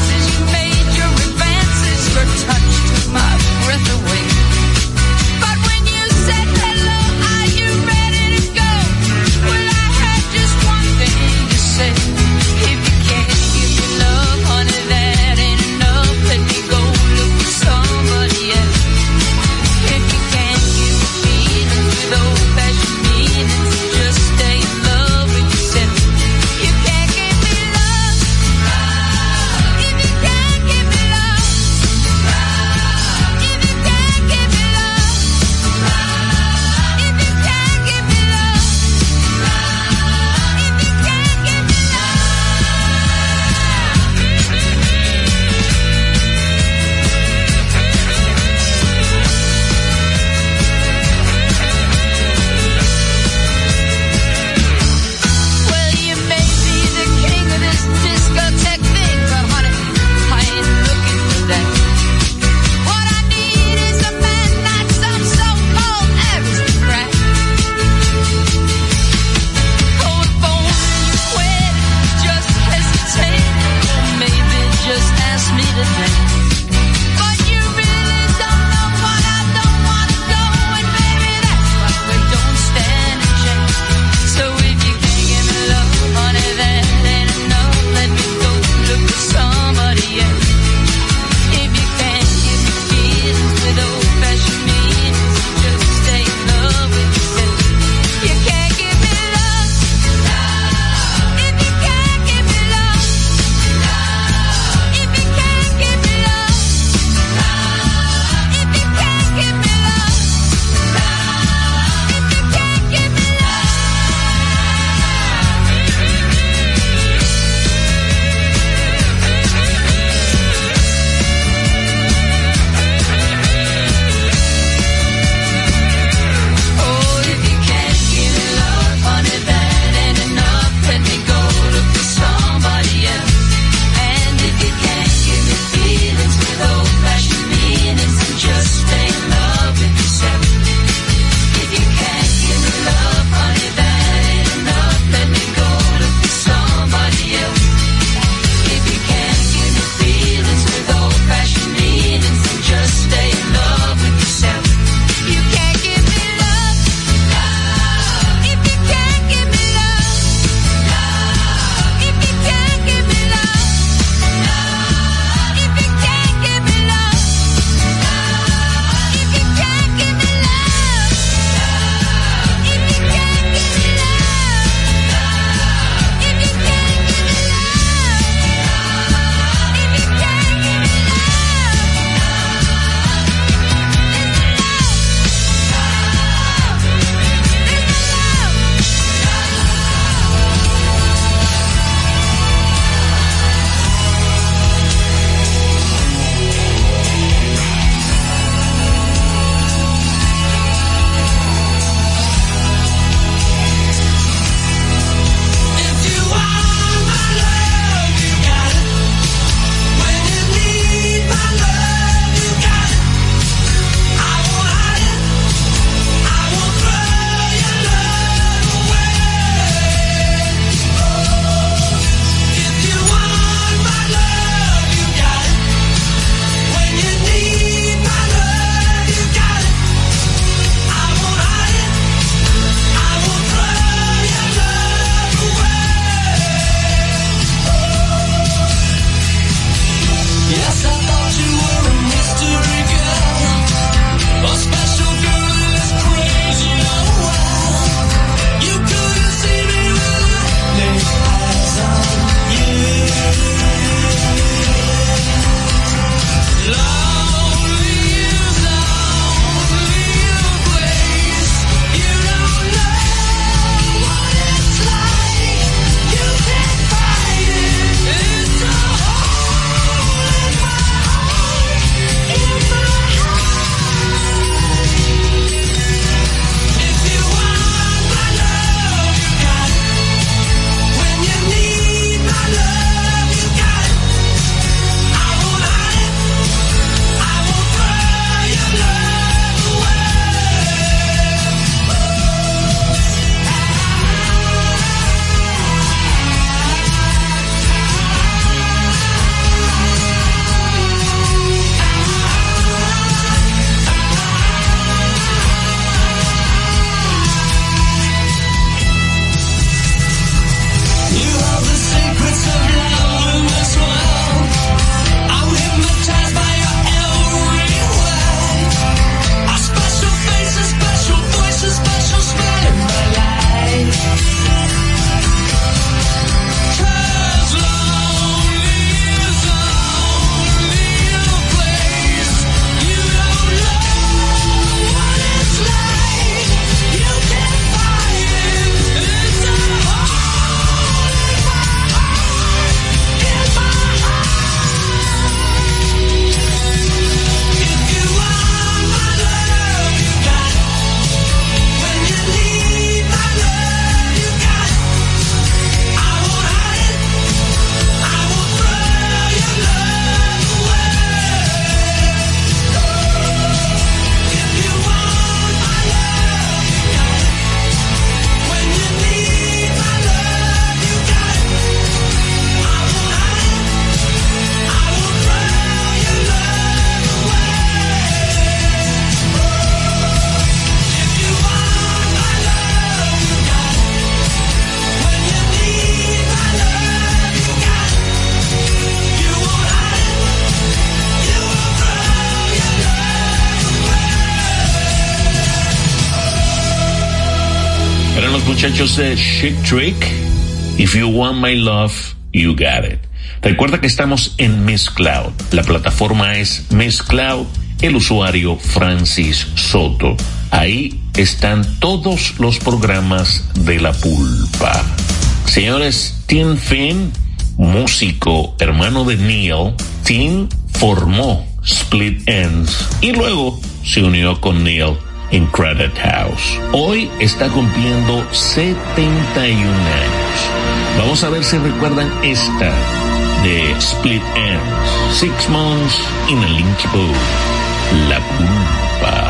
muchachos de Chick Trick. If you want my love, you got it. Recuerda que estamos en Miss Cloud. La plataforma es Miss Cloud, el usuario Francis Soto. Ahí están todos los programas de La Pulpa. Señores, Tim Finn, músico, hermano de Neil, Tim formó Split Enz y luego se unió con Neil en Crowded House. Hoy está cumpliendo setenta y un años. Vamos a ver si recuerdan esta de Split Enz, Six Months in a Lynchburg, La Pulpa.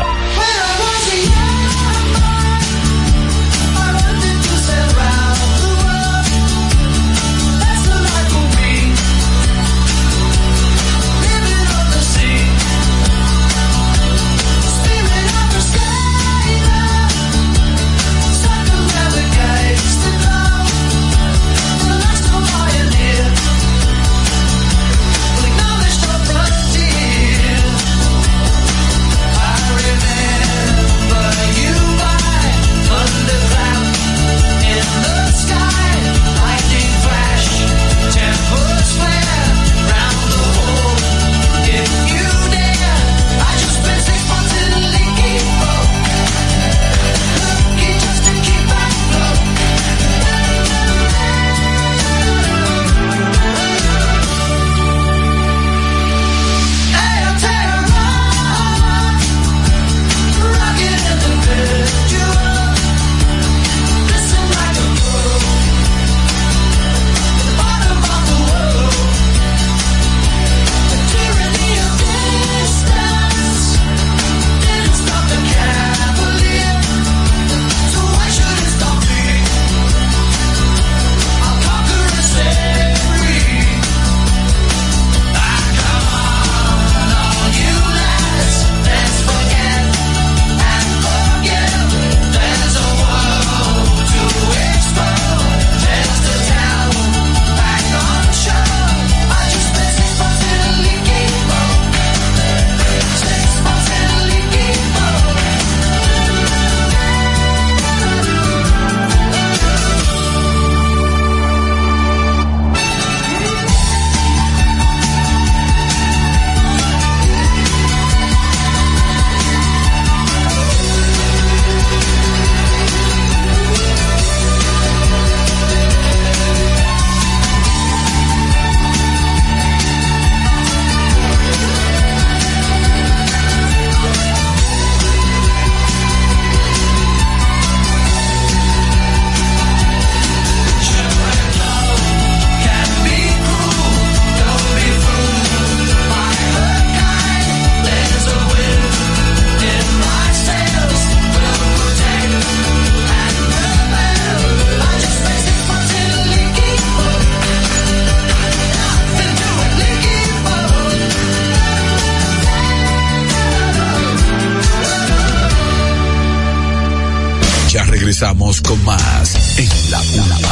Regresamos con más en La Pulpa.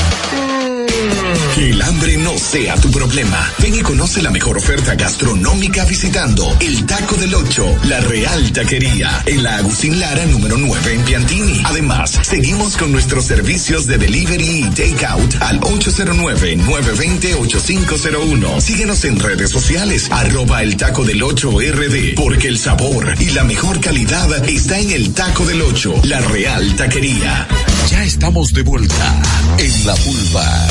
Que el hambre no sea tu problema. Ven y conoce la mejor oferta gastronómica visitando el Taco del Ocho, La Real Taquería, en la Agustín Lara número nueve en Piantini. Además, seguimos con nuestros servicios de delivery y takeout al ocho cero nueve, nueve dos cero, ocho cinco cero uno. Síguenos en redes sociales, arroba el Taco del Ocho R D, porque el sabor y la mejor calidad está en el Taco del Ocho, La Real Taquería. Ya estamos de vuelta en La Pulpa.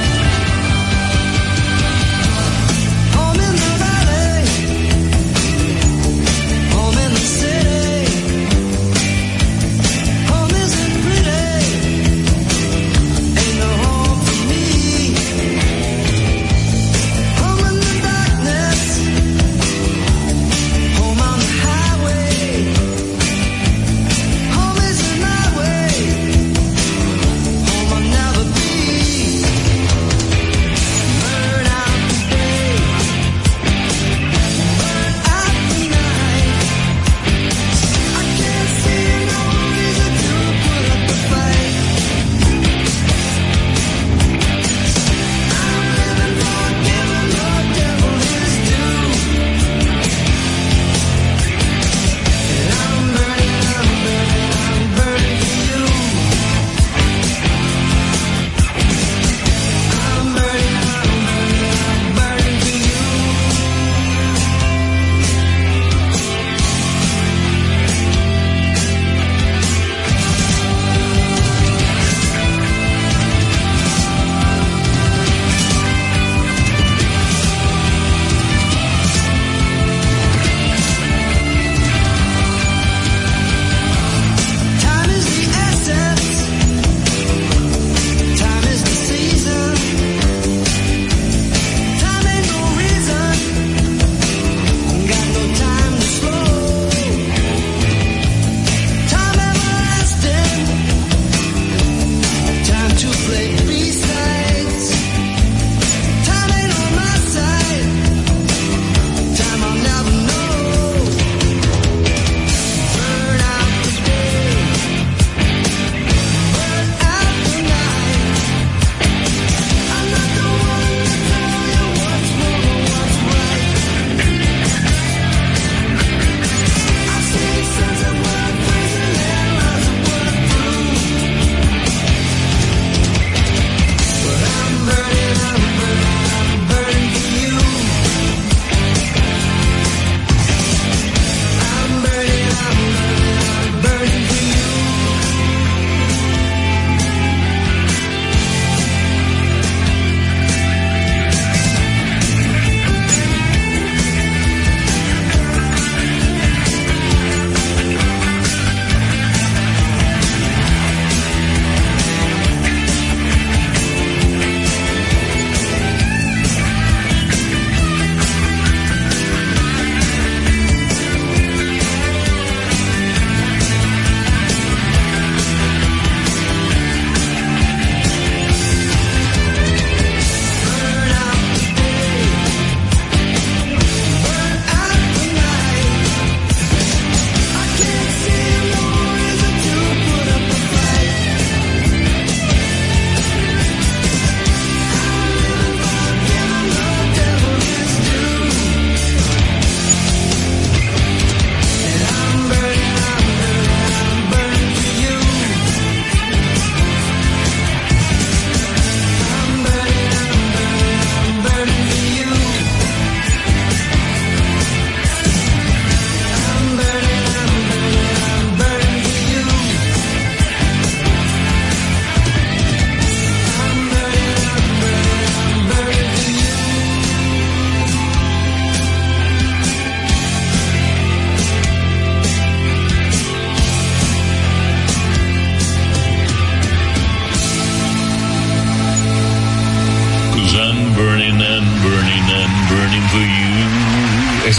I'm in the valley.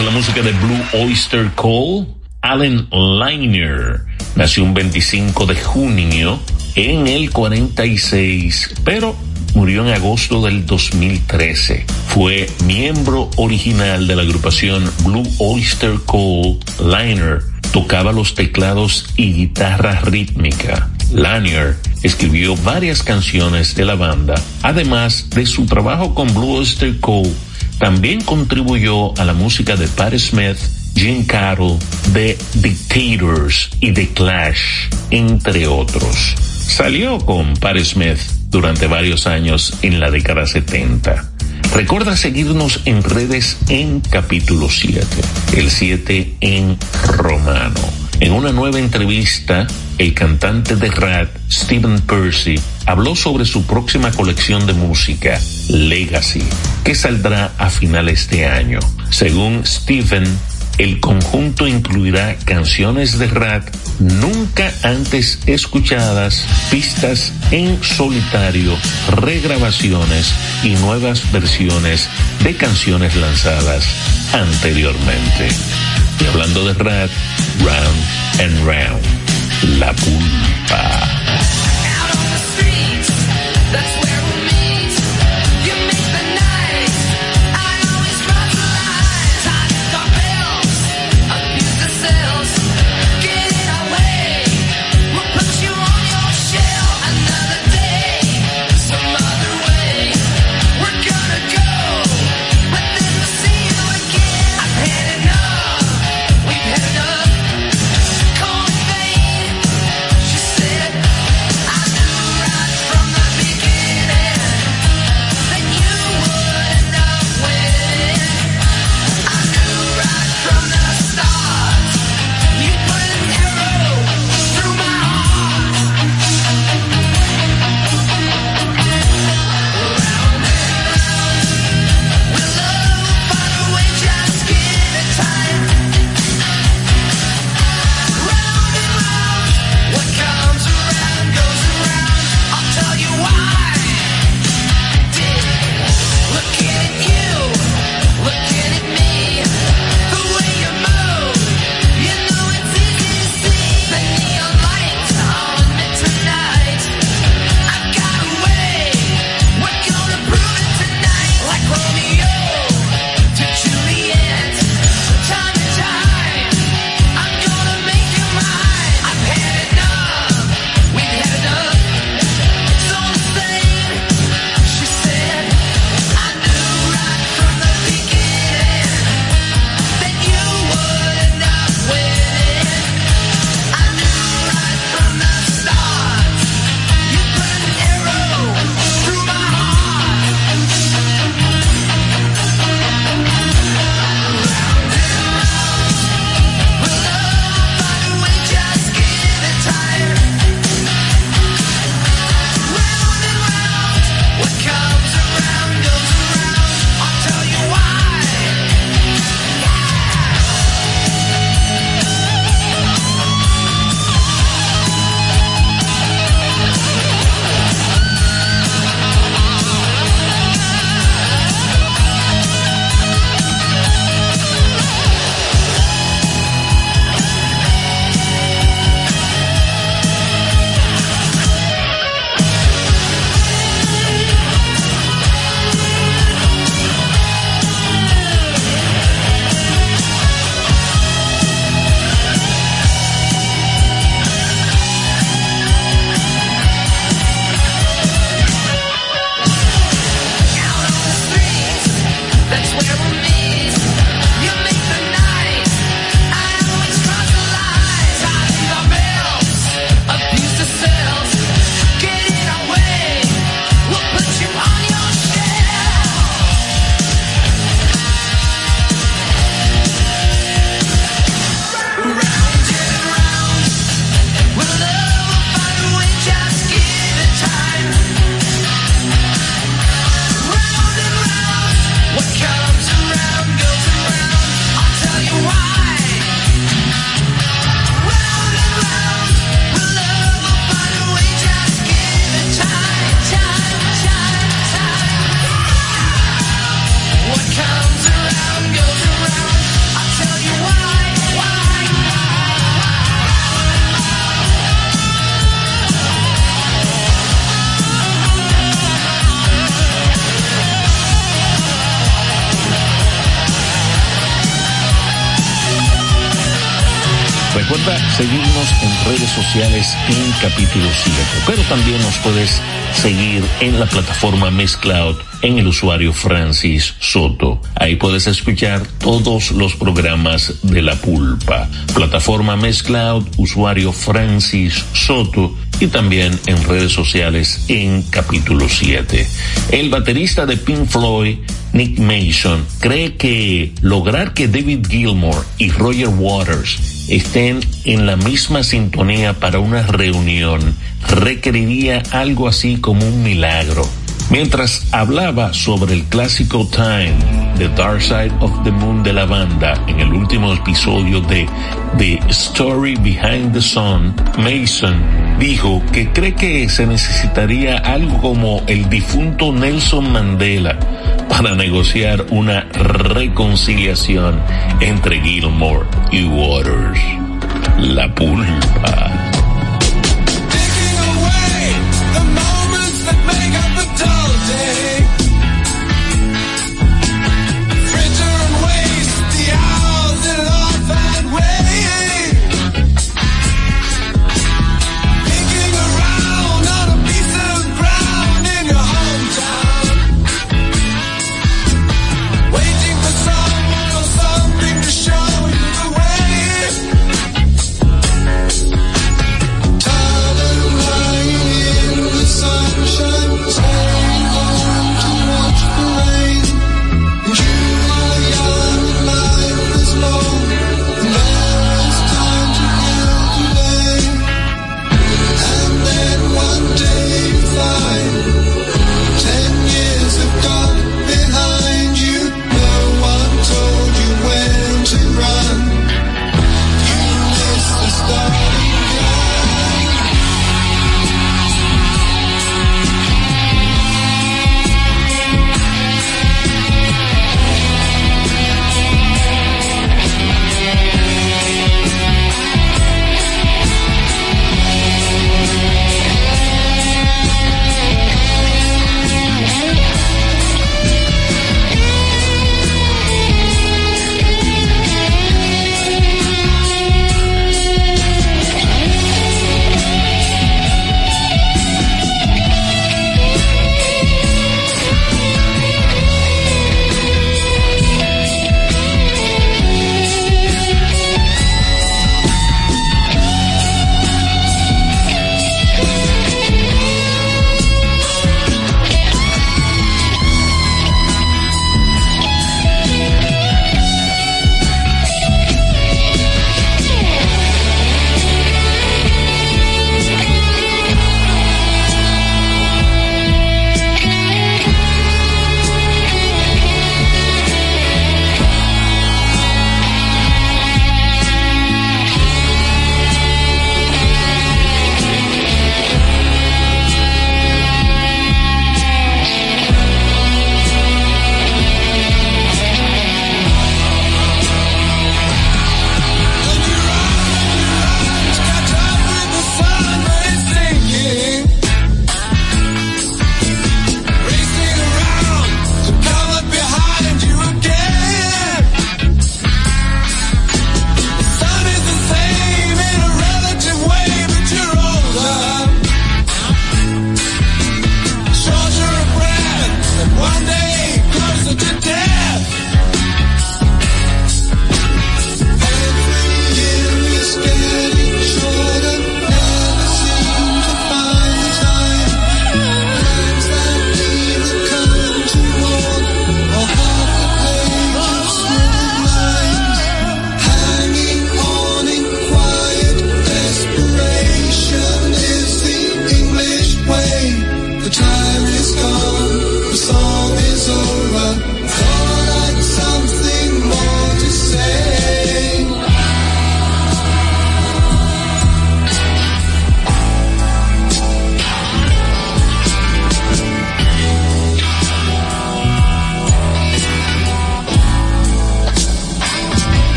la música de Blue Oyster Cult. Allen Lanier nació un veinticinco de junio en el cuarenta y seis, pero murió en agosto del dos mil trece. Fue miembro original de la agrupación Blue Oyster Cult. Lanier tocaba los teclados y guitarra rítmica. Lanier escribió varias canciones de la banda. Además de su trabajo con Blue Oyster Cult, también contribuyó a la música de Patti Smith, Gene Carroll, The Dictators y The Clash, entre otros. Salió con Patti Smith durante varios años en la década setenta. Recuerda seguirnos en redes en Capítulo siete, el siete en romano. En una nueva entrevista, el cantante de Rat, Stephen Pearcy, habló sobre su próxima colección de música, Legacy, que saldrá a finales de año. Según Stephen, el conjunto incluirá canciones de Rat nunca antes escuchadas, pistas en solitario, regrabaciones y nuevas versiones de canciones lanzadas anteriormente. Y hablando de Rat, Round and Round, La Pulpa. We've had enough. Call it vain. She said Recuerda seguirnos en redes sociales en Capítulo siete, pero también nos puedes seguir en la plataforma Mixcloud en el usuario Francis Soto. Ahí puedes escuchar todos los programas de La Pulpa. Plataforma Mixcloud, usuario Francis Soto, y también en redes sociales en Capítulo siete. El baterista de Pink Floyd, Nick Mason, cree que lograr que David Gilmour y Roger Waters estén en la misma sintonía para una reunión requeriría algo así como un milagro. Mientras hablaba sobre el clásico Time, The Dark Side of the Moon de la banda, en el último episodio de The Story Behind the Sun, Mason dijo que cree que se necesitaría algo como el difunto Nelson Mandela para negociar una reconciliación entre Gilmour y Waters. La Pulpa. Show you the way.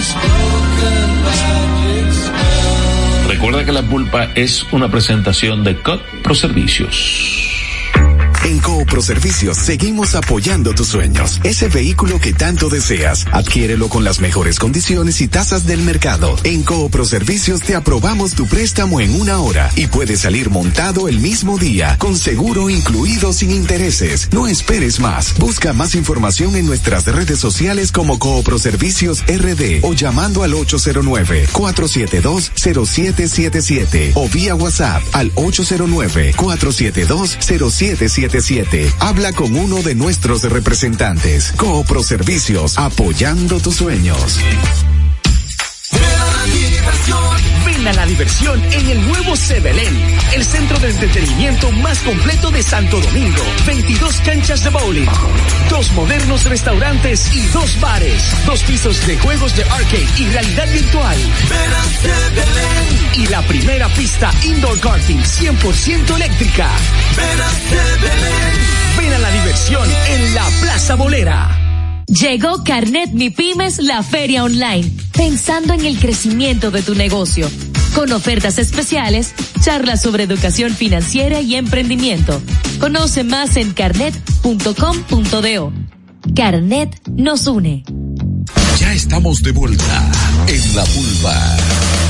Recuerda que La Pulpa es una presentación de C O D Pro Servicios. En Coopro Servicios seguimos apoyando tus sueños. Ese vehículo que tanto deseas, adquiérelo con las mejores condiciones y tasas del mercado. En Coopro Servicios te aprobamos tu préstamo en una hora y puedes salir montado el mismo día, con seguro incluido sin intereses. No esperes más. Busca más información en nuestras redes sociales como Coopro Servicios R D o llamando al ocho cero nueve, cuatro siete dos, cero siete siete siete o vía WhatsApp al ocho cero nueve, cuatro siete dos, cero siete siete siete. Habla con uno de nuestros representantes. Coopro Servicios, apoyando tus sueños. Ven a la diversión en el nuevo Sebelén, el centro de entretenimiento más completo de Santo Domingo. veintidós canchas de bowling, dos modernos restaurantes y dos bares, dos pisos de juegos de arcade y realidad virtual. Ven a Sebelén. Y la primera pista indoor karting cien por ciento eléctrica. Ven a Sebelén. Ven a la diversión en la Plaza Bolera. Llegó Carnet Mi Pymes, la feria online, pensando en el crecimiento de tu negocio. Con ofertas especiales, charlas sobre educación financiera y emprendimiento. Conoce más en carnet punto com punto do. Carnet nos une. Ya estamos de vuelta en La Pulpa.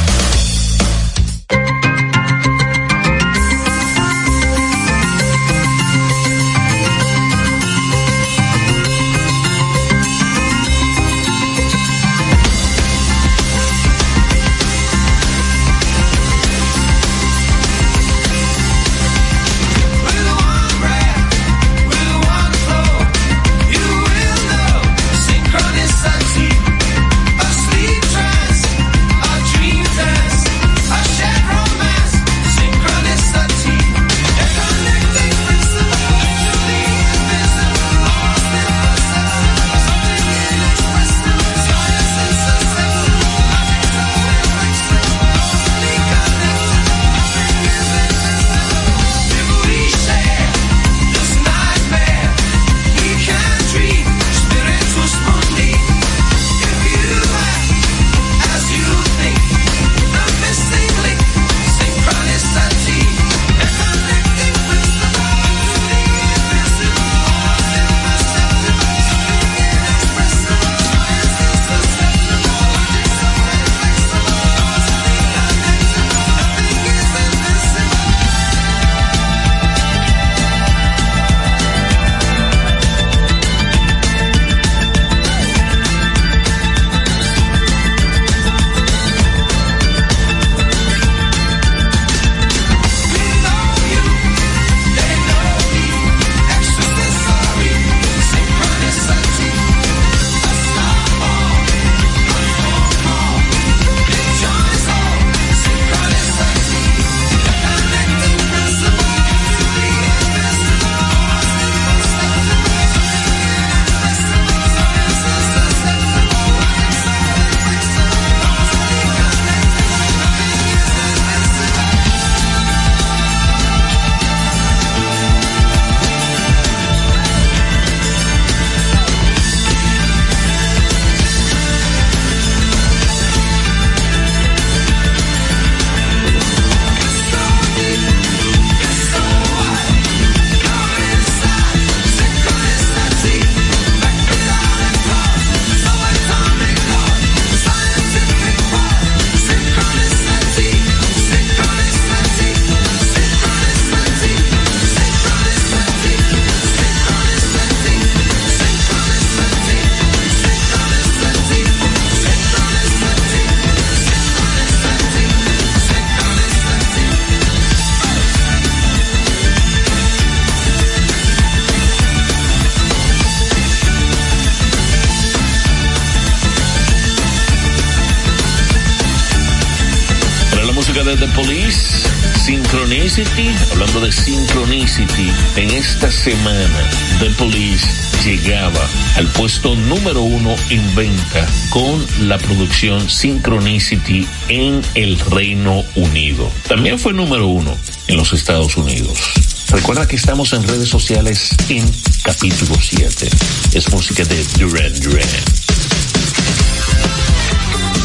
de The Police, Synchronicity. Hablando de Synchronicity, en esta semana The Police llegaba al puesto número uno en venta con la producción Synchronicity en el Reino Unido. También fue número uno en los Estados Unidos. Recuerda que estamos en redes sociales en capítulo siete. Es música de Duran Duran.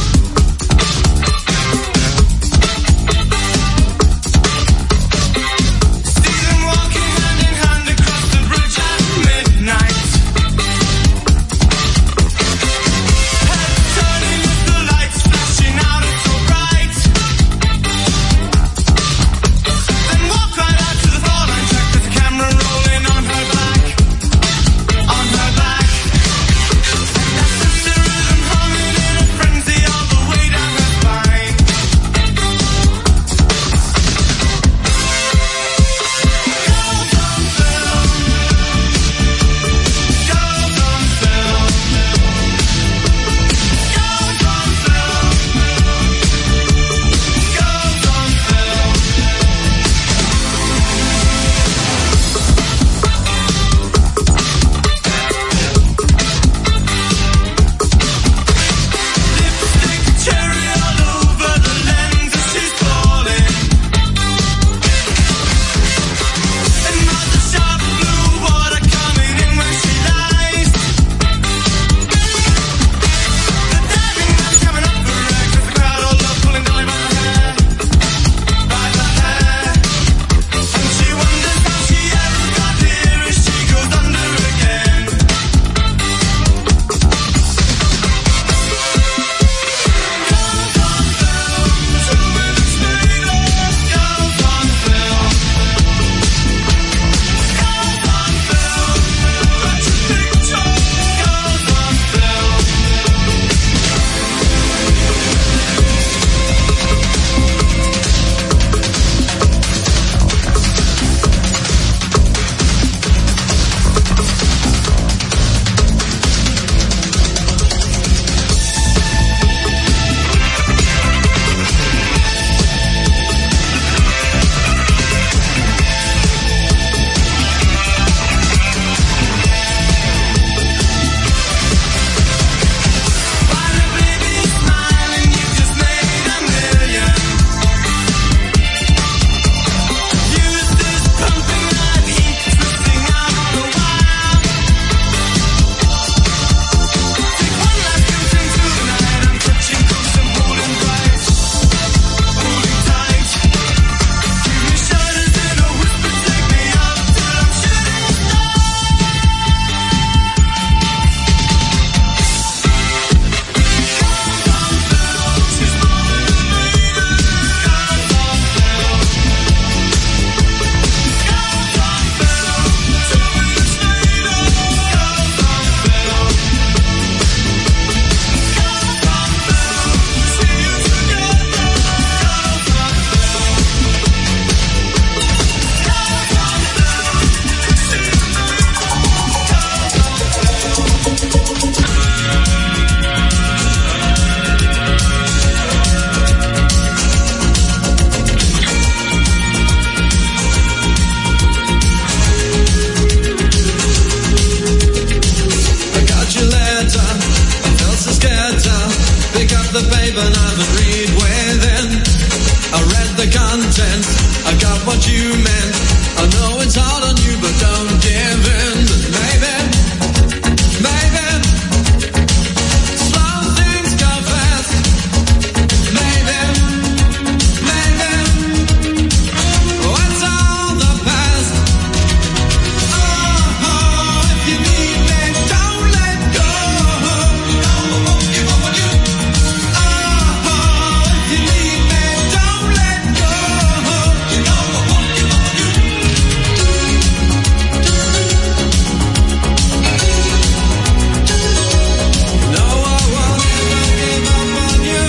letter, pick up the paper and have a read within. I read the contents, I got what you meant. I know it's hard on you, but don't give in. Maybe, maybe, slow things go fast. Maybe, maybe, oh, it's all the past. Oh, oh, if you need me, don't let go. No, I won't give up on you. Oh, oh, if you need me, don't let go. No, I won't give up on you. No, I won't ever give up on you.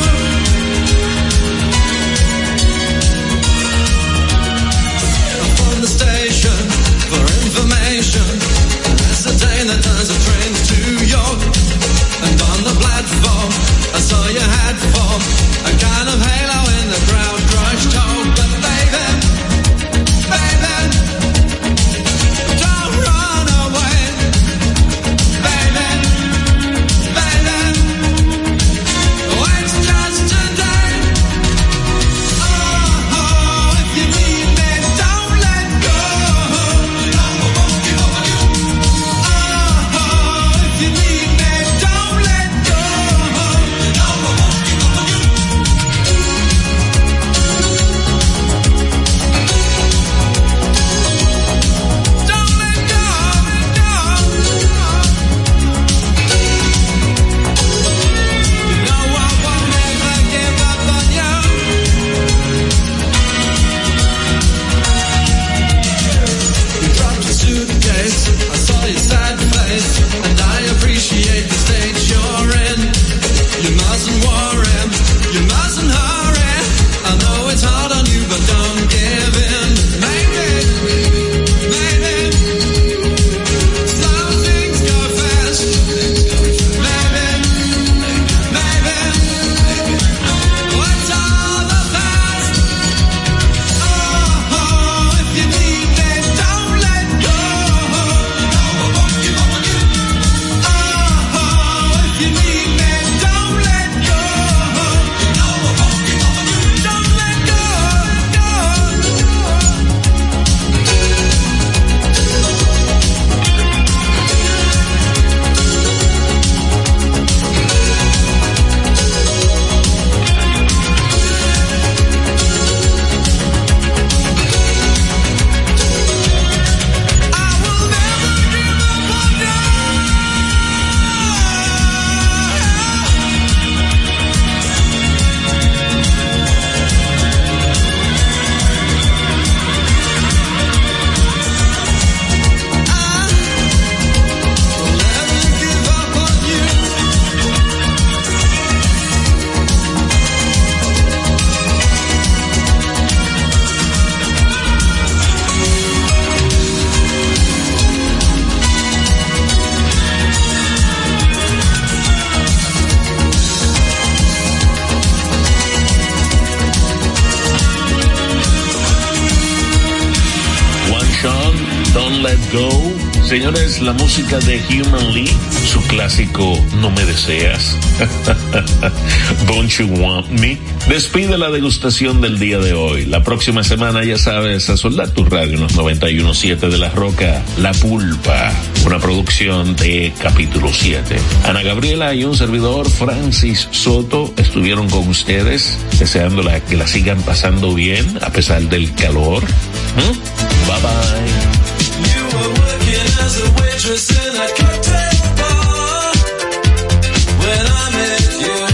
Up on the station for information, ascertain the times of trains to York. And on the platform, I saw your hat form, a kind of halo in the crowd crushed hope. But baby, baby, don't run away. Baby, baby, oh, it's just a day. Oh, oh, if you need me, don't let go. No, I won't give up on you. Oh, oh, if you need me, don't let go. No, I won't give up on you. Don't let go, no. You know I won't ever give up on you. You dropped your suitcase, I saw your sad face, and I appreciate the state you're in. You mustn't worry, you mustn't hurry. I know it's hard on you, but don't give in. Maybe, maybe, slow things go fast. Maybe, maybe, what's all the past? Oh, oh, if you need me, don't let go. No, I won't give up on you. Oh, oh, if you need me, don't let go. No, I won't give up on you. Don't let go, go. I will never give up on you. I'll never give up on you. One Shot, Don't Let Go. Señores, la música de Human League, su clásico No Me Deseas, Don't You Want Me, despide la degustación del día de hoy. La próxima semana, ya sabes, a soldar tu radio en los noventa y uno punto siete de La Roca, La Pulpa, una producción de Capítulo siete. Ana Gabriela y un servidor, Francis Soto, estuvieron con ustedes, deseándola que la sigan pasando bien a pesar del calor. ¿Mm? Bye bye. You were working as a waitress in a cocktail bar when I met you.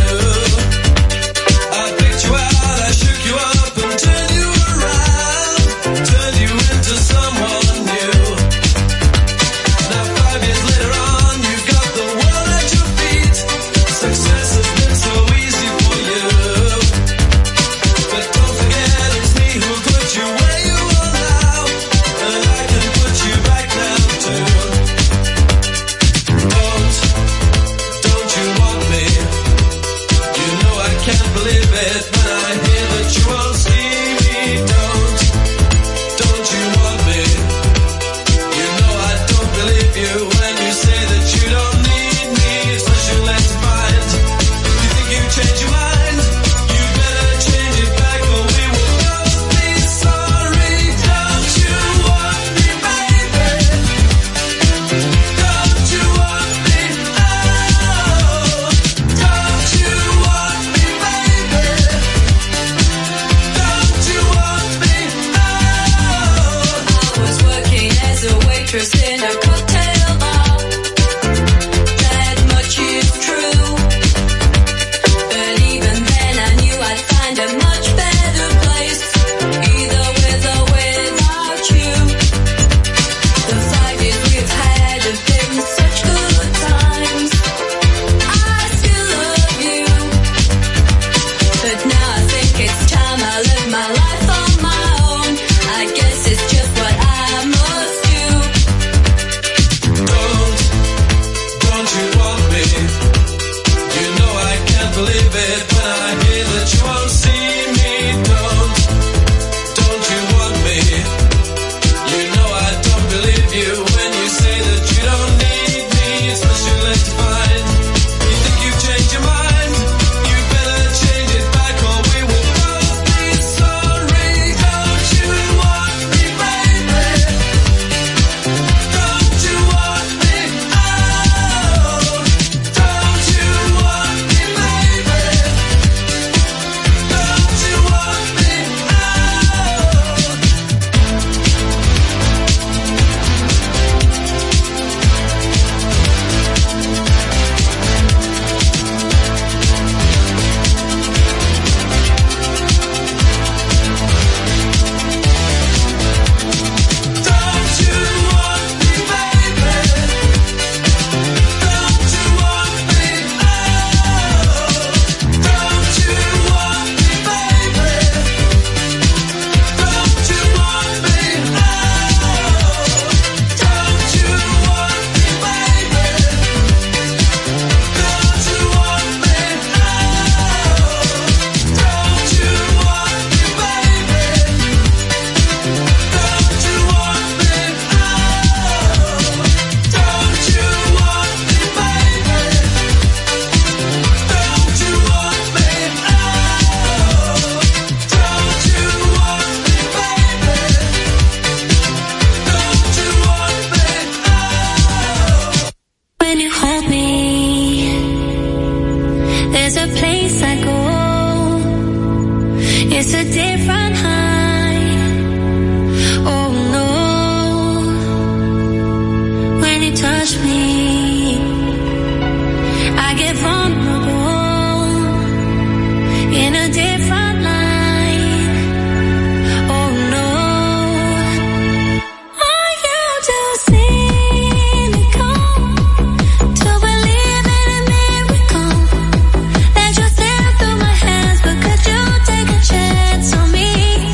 I picked you out, I shook you up and turned you around, turned you into someone new. Now five years later on, you've got the world at your feet. Success has been so easy for you, but don't forget it's me who put you where you are now, and I can put you back now too. Don't, don't you want me? You know I can't believe it when I hear that you won't see me. Don't, don't you want me? You know I don't believe you when you say that you don't need me. Special let's find believe it when I hear that you won't see me. Don't, don't you want me? You know I don't believe you when you say that you don't need me. It's much too late to find. You think you've changed your mind? You better change it back or we will both be sorry. Don't you want me, baby? Don't you want me? Oh, don't you want me, baby? Don't you want me? Don't you want me, baby? Don't you want me? Oh, don't you want me, baby? Don't you want me? Oh, don't you want me, baby? Don't you want me? When you hold me, there's a place I go. It's a different high. Oh no. When you touch me, I get vulnerable in a different light. Oh no. Are you too cynical to believe in a miracle that you slip through my hands? But could you take a chance on me?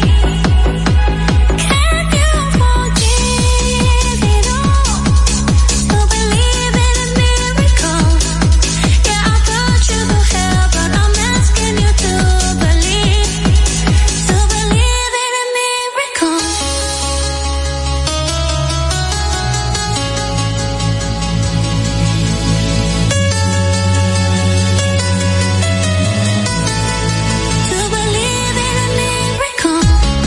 Can you forgive it all? To believe in a miracle. Yeah, I'll put you through hell, but I'm asking you to believe, to believe in a miracle. To believe in a miracle.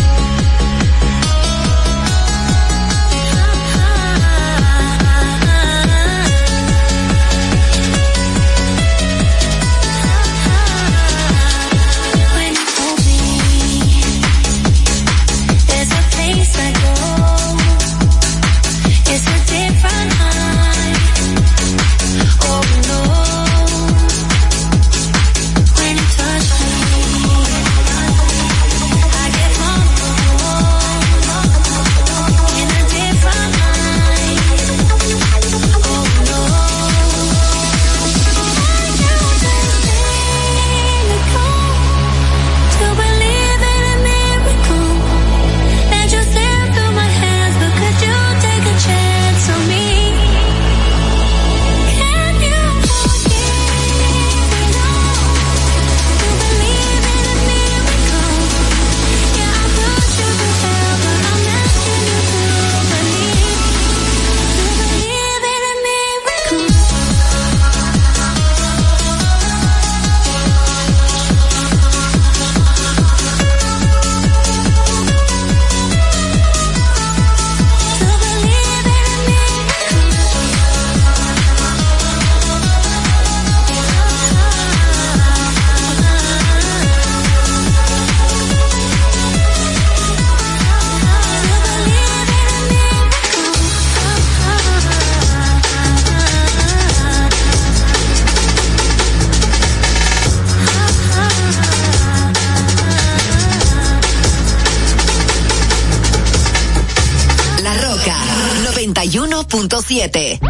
When you hold me, there's a place I go. It's a different high. Oh no. When you touch me, I get vulnerable in a different light. Oh no. To believe in a miracle that you slip through my hands, but could you take a chance on me? Can you forgive it all? To believe in a miracle. Yeah, I'll put you through hell, but I'm asking you to believe, to believe in a miracle. To believe in a La Roca noventa y uno punto siete.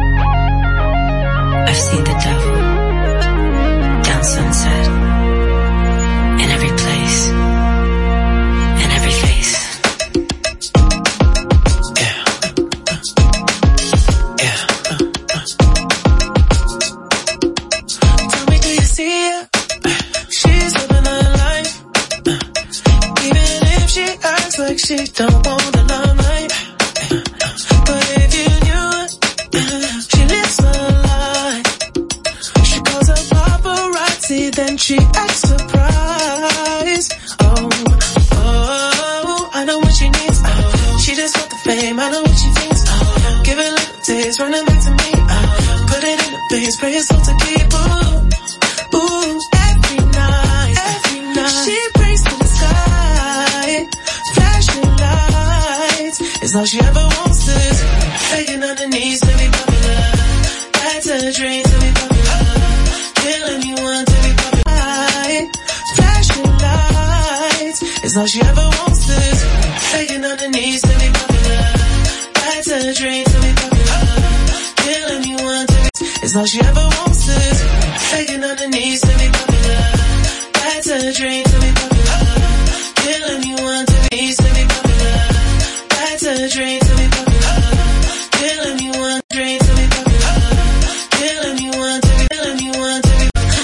I've seen the devil down sunset in every place, in every face. Yeah. Yeah. Tell me, do you see it? then she acts surprised. Oh, oh, I know what she needs. Oh, she just want the fame, I know what she thinks. Oh, give it little days, running back to me. Oh, put it in the base, pray it's all to keep. Ooh, ooh, every night, every night, she prays to the sky. Flashing lights, it's all she ever wants is begging on her knees to be popular. That's her dream to be popular. Kill anyone to be popular. Flashing lights, it's all she ever wants is begging on her knees to be popular. That's her dream to be popular. Kill anyone to be. It's all she ever wants is begging on her knees to be popular. That's her dream to be popular. Kill anyone to be to be popular. That's her dream.